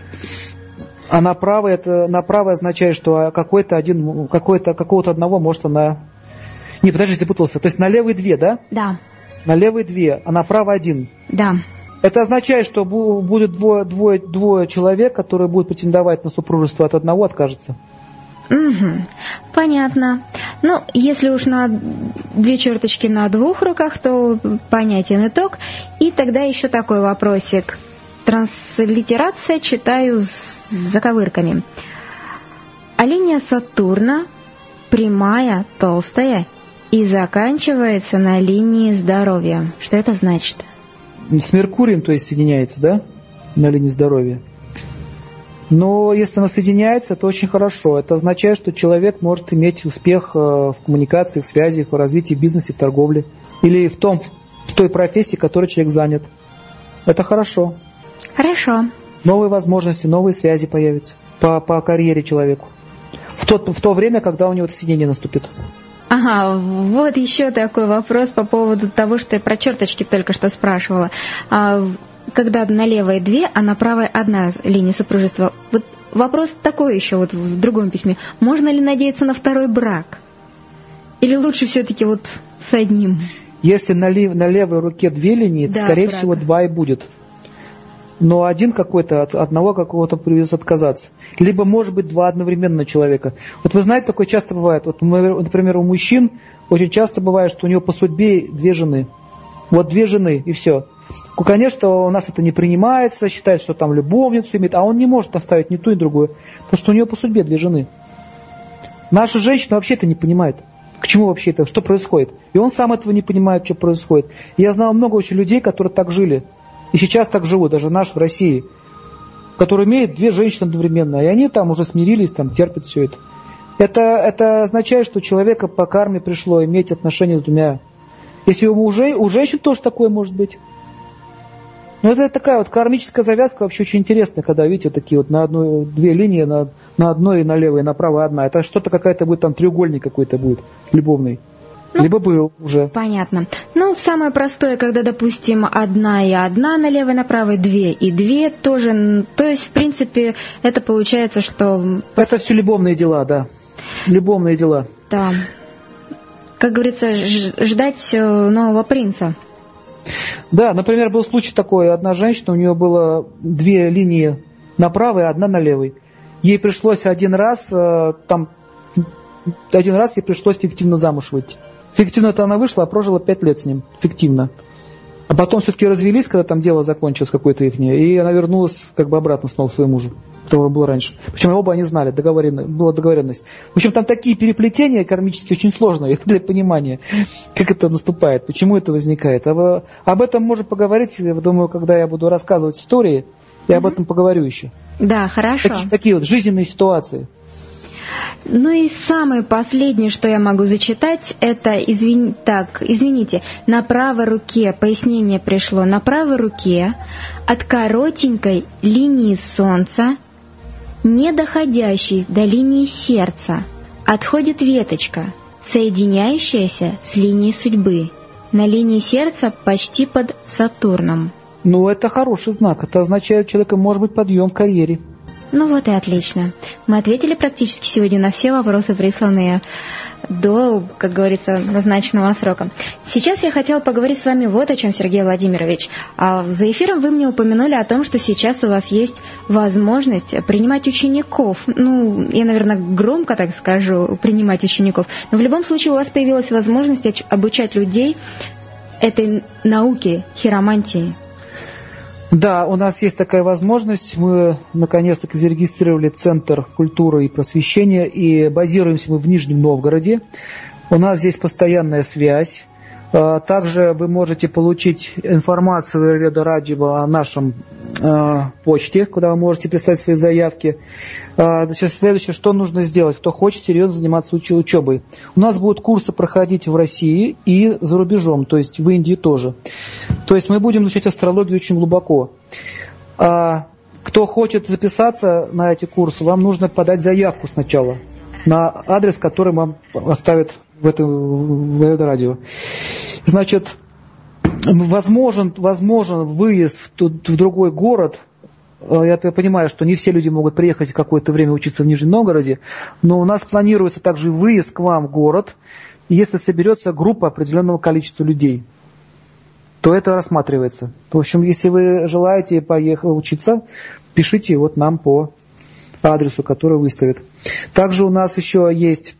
а на правой это на правой означает, что какой-то один, какой-то какого-то одного может она. Не, подождите, запутался. То есть на левой две, да? Да. На левой две, а на правой один. Да. Это означает, что будет двое, двое, двое человек, которые будут претендовать на супружество, от одного откажется. Угу. Понятно. Ну, если уж на две черточки на двух руках, то понятен итог. И тогда еще такой вопросик. Транслитерация читаю с заковырками. А линия Сатурна прямая, толстая и заканчивается на линии здоровья. Что это значит? С Меркурием, то есть, соединяется, да? На линии здоровья. Но если она соединяется, это очень хорошо. Это означает, что человек может иметь успех в коммуникации, в связи, в развитии бизнеса, в торговле. Или в, том, в той профессии, которой человек занят. Это хорошо. Хорошо. Новые возможности, новые связи появятся по, по карьере человеку. В то, в то время, когда у него это соединение наступит. Ага, вот еще такой вопрос по поводу того, что я про черточки только что спрашивала. Когда на левой две, а на правой одна линия супружества. Вот вопрос такой еще вот в другом письме. Можно ли надеяться на второй брак? Или лучше все-таки вот с одним? Если на, лев, на левой руке две линии, да, скорее брак. всего два и будет. Но один какой-то, от одного какого-то придется отказаться. Либо, может быть, два одновременно человека. Вот вы знаете, такое часто бывает. Вот, например, у мужчин очень часто бывает, что у него по судьбе две жены. Вот две жены, и все. Ну, конечно, у нас это не принимается, считает, что там любовницу имеет, а он не может оставить ни ту, ни другую, потому что у него по судьбе две жены. Наша женщина вообще это не понимает. К чему вообще это, что происходит? И он сам этого не понимает, что происходит. И я знал много очень людей, которые так жили. И сейчас так живут, даже наши в России, которые имеют две женщины одновременно. И они там уже смирились, там терпят все это. Это, это означает, что человека по карме пришло иметь отношения с двумя. Если у мужей, у женщин тоже такое может быть. Но это такая вот кармическая завязка вообще очень интересная, когда, видите, такие вот на одной, две линии, на, на одной и на левой, и на правой одна. Это что-то какая-то будет, там треугольник какой-то будет, любовный. Ну, либо был уже. Понятно. Ну, самое простое, когда, допустим, одна и одна на левой, на правой, две и две тоже. То есть, в принципе, это получается, что... Это все любовные дела, да. Любовные дела. Да. Как говорится, ждать нового принца. Да, например, был случай такой. Одна женщина, у нее было две линии на правой, одна на левой. Ей пришлось один раз, там, один раз ей пришлось фиктивно замуж выйти. Фиктивно-то она вышла, а прожила пять лет с ним. Фиктивно. А потом все-таки развелись, когда там дело закончилось какое-то ихнее, и она вернулась как бы обратно снова к своему мужу, которого было раньше. Причем оба они знали, была договоренность. В общем, там такие переплетения кармические очень сложные для понимания, как это наступает, почему это возникает. А об этом можно поговорить, я думаю, когда я буду рассказывать истории, я об этом поговорю еще. Да, хорошо. Такие, такие вот жизненные ситуации. Ну и самое последнее, что я могу зачитать, это, извин... так, извините, на правой руке, пояснение пришло, на правой руке от коротенькой линии Солнца, не доходящей до линии сердца, отходит веточка, соединяющаяся с линией судьбы, на линии сердца почти под Сатурном. Ну, это хороший знак, это означает, что у человека может быть подъем в карьере. Ну вот и отлично. Мы ответили практически сегодня на все вопросы, присланные до, как говорится, назначенного срока. Сейчас я хотела поговорить с вами вот о чем, Сергей Владимирович. А за эфиром вы мне упомянули о том, что сейчас у вас есть возможность принимать учеников. Ну, я, наверное, громко так скажу, принимать учеников. Но в любом случае у вас появилась возможность обучать людей этой науке, хиромантии. Да, у нас есть такая возможность. Мы наконец-таки зарегистрировали Центр культуры и просвещения, и базируемся мы в Нижнем Новгороде. У нас здесь постоянная связь. Также вы можете получить информацию в Аюрведа радио о нашем э, почте, куда вы можете прислать свои заявки. Э, сейчас следующее, что нужно сделать, кто хочет серьезно заниматься уч- учебой. У нас будут курсы проходить в России и за рубежом, то есть в Индии тоже. То есть мы будем изучать астрологию очень глубоко. Э, кто хочет записаться на эти курсы, вам нужно подать заявку сначала на адрес, который вам оставят в это, в это радио. Значит, возможен, возможен выезд в, в другой город. Я понимаю, что не все люди могут приехать какое-то время учиться в Нижнем Новгороде, но у нас планируется также выезд к вам в город, если соберется группа определенного количества людей, то это рассматривается. В общем, если вы желаете поехать учиться, пишите вот нам по адресу, который выставят. Также у нас еще есть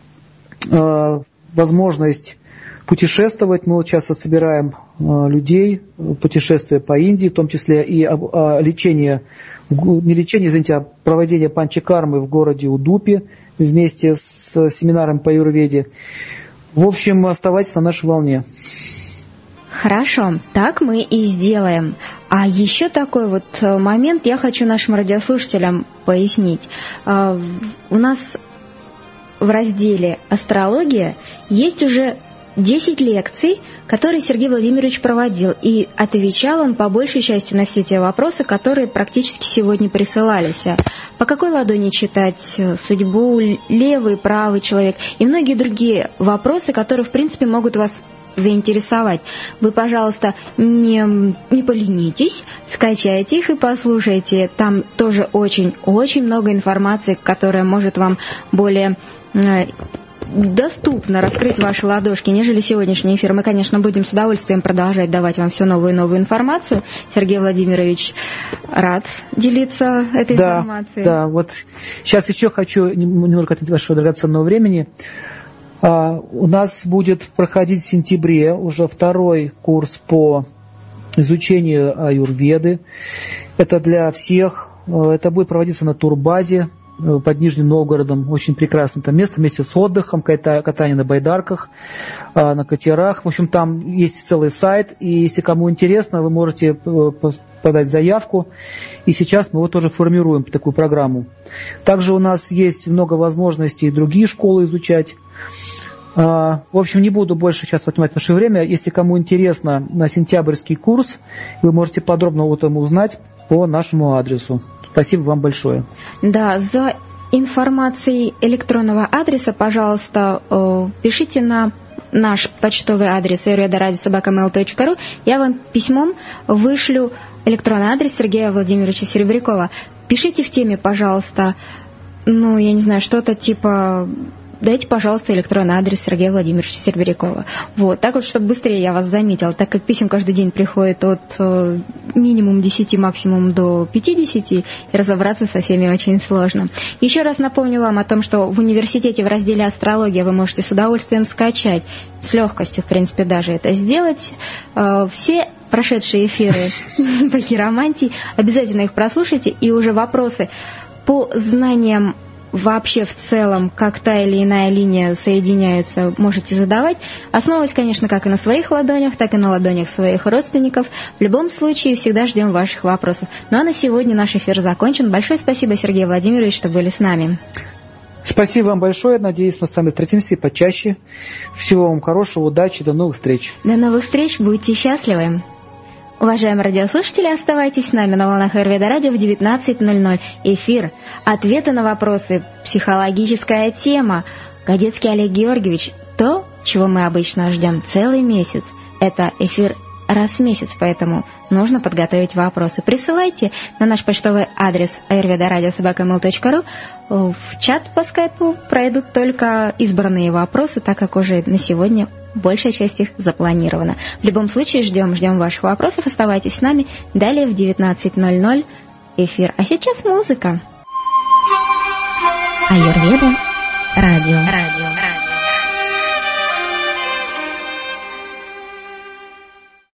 э, возможность путешествовать. Мы вот сейчас собираем э, людей, путешествия по Индии, в том числе и э, лечение, не лечение, извините, а проведение панчакармы в городе Удупи вместе с семинаром по аюрведе. В общем, оставайтесь на нашей волне. Хорошо, так мы и сделаем. А еще такой вот момент я хочу нашим радиослушателям пояснить. У нас в разделе «Астрология» есть уже десять лекций, которые Сергей Владимирович проводил, и отвечал он по большей части на все те вопросы, которые практически сегодня присылались. По какой ладони читать судьбу, левый, правый человек и многие другие вопросы, которые, в принципе, могут вас заинтересовать. Вы, пожалуйста, не, не поленитесь, скачайте их и послушайте. Там тоже очень-очень много информации, которая может вам более э, доступно раскрыть ваши ладошки, нежели сегодняшний эфир. Мы, конечно, будем с удовольствием продолжать давать вам всю новую и новую информацию. Сергей Владимирович рад делиться этой да, информацией. Да, вот сейчас еще хочу немного от вашего драгоценного времени. Uh, у нас будет проходить в сентябре уже второй курс по изучению аюрведы. Это для всех. Uh, это будет проводиться на турбазе uh, под Нижним Новгородом. Очень прекрасное там место вместе с отдыхом, катание на байдарках, uh, на катерах. В общем, там есть целый сайт. И если кому интересно, вы можете uh, подать заявку. И сейчас мы вот тоже формируем такую программу. Также у нас есть много возможностей другие школы изучать. В общем, не буду больше сейчас отнимать ваше время. Если кому интересно на сентябрьский курс, вы можете подробно об этом узнать по нашему адресу. Спасибо вам большое. Да, за информацией электронного адреса, пожалуйста, пишите на наш почтовый адрес аюрведа радио собака мейл точка ру. Я вам письмом вышлю электронный адрес Сергея Владимировича Серебрякова. Пишите в теме, пожалуйста, ну, я не знаю, что-то типа... Дайте, пожалуйста, электронный адрес Сергея Владимировича Серебрякова. Вот, так вот, чтобы быстрее я вас заметила, так как писем каждый день приходит от э, минимум десяти, максимум до пятидесяти, и разобраться со всеми очень сложно. Еще раз напомню вам о том, что в университете в разделе «Астрология» вы можете с удовольствием скачать, с легкостью, в принципе, даже это сделать. Э, все прошедшие эфиры по хиромантии, обязательно их прослушайте, и уже вопросы по знаниям вообще в целом, как та или иная линия соединяются, можете задавать. Основываясь, конечно, как и на своих ладонях, так и на ладонях своих родственников. В любом случае, всегда ждем ваших вопросов. Ну а на сегодня наш эфир закончен. Большое спасибо, Сергей Владимирович, что были с нами. Спасибо вам большое. Надеюсь, мы с вами встретимся и почаще. Всего вам хорошего, удачи, до новых встреч. До новых встреч, будьте счастливы. Уважаемые радиослушатели, оставайтесь с нами на волнах Аюрведа радио в девятнадцать ноль ноль. Эфир, ответы на вопросы, психологическая тема. Гадецкий Олег Георгиевич. То, чего мы обычно ждем целый месяц, это эфир раз в месяц, поэтому нужно подготовить вопросы. Присылайте на наш почтовый адрес аюрведа радио собака мейл точка ру. В чат по скайпу пройдут только избранные вопросы, так как уже на сегодня большая часть их запланирована. В любом случае, ждем, ждем ваших вопросов. Оставайтесь с нами. Далее в девятнадцать ноль ноль эфир. А сейчас музыка. Аюрведа радио. радио.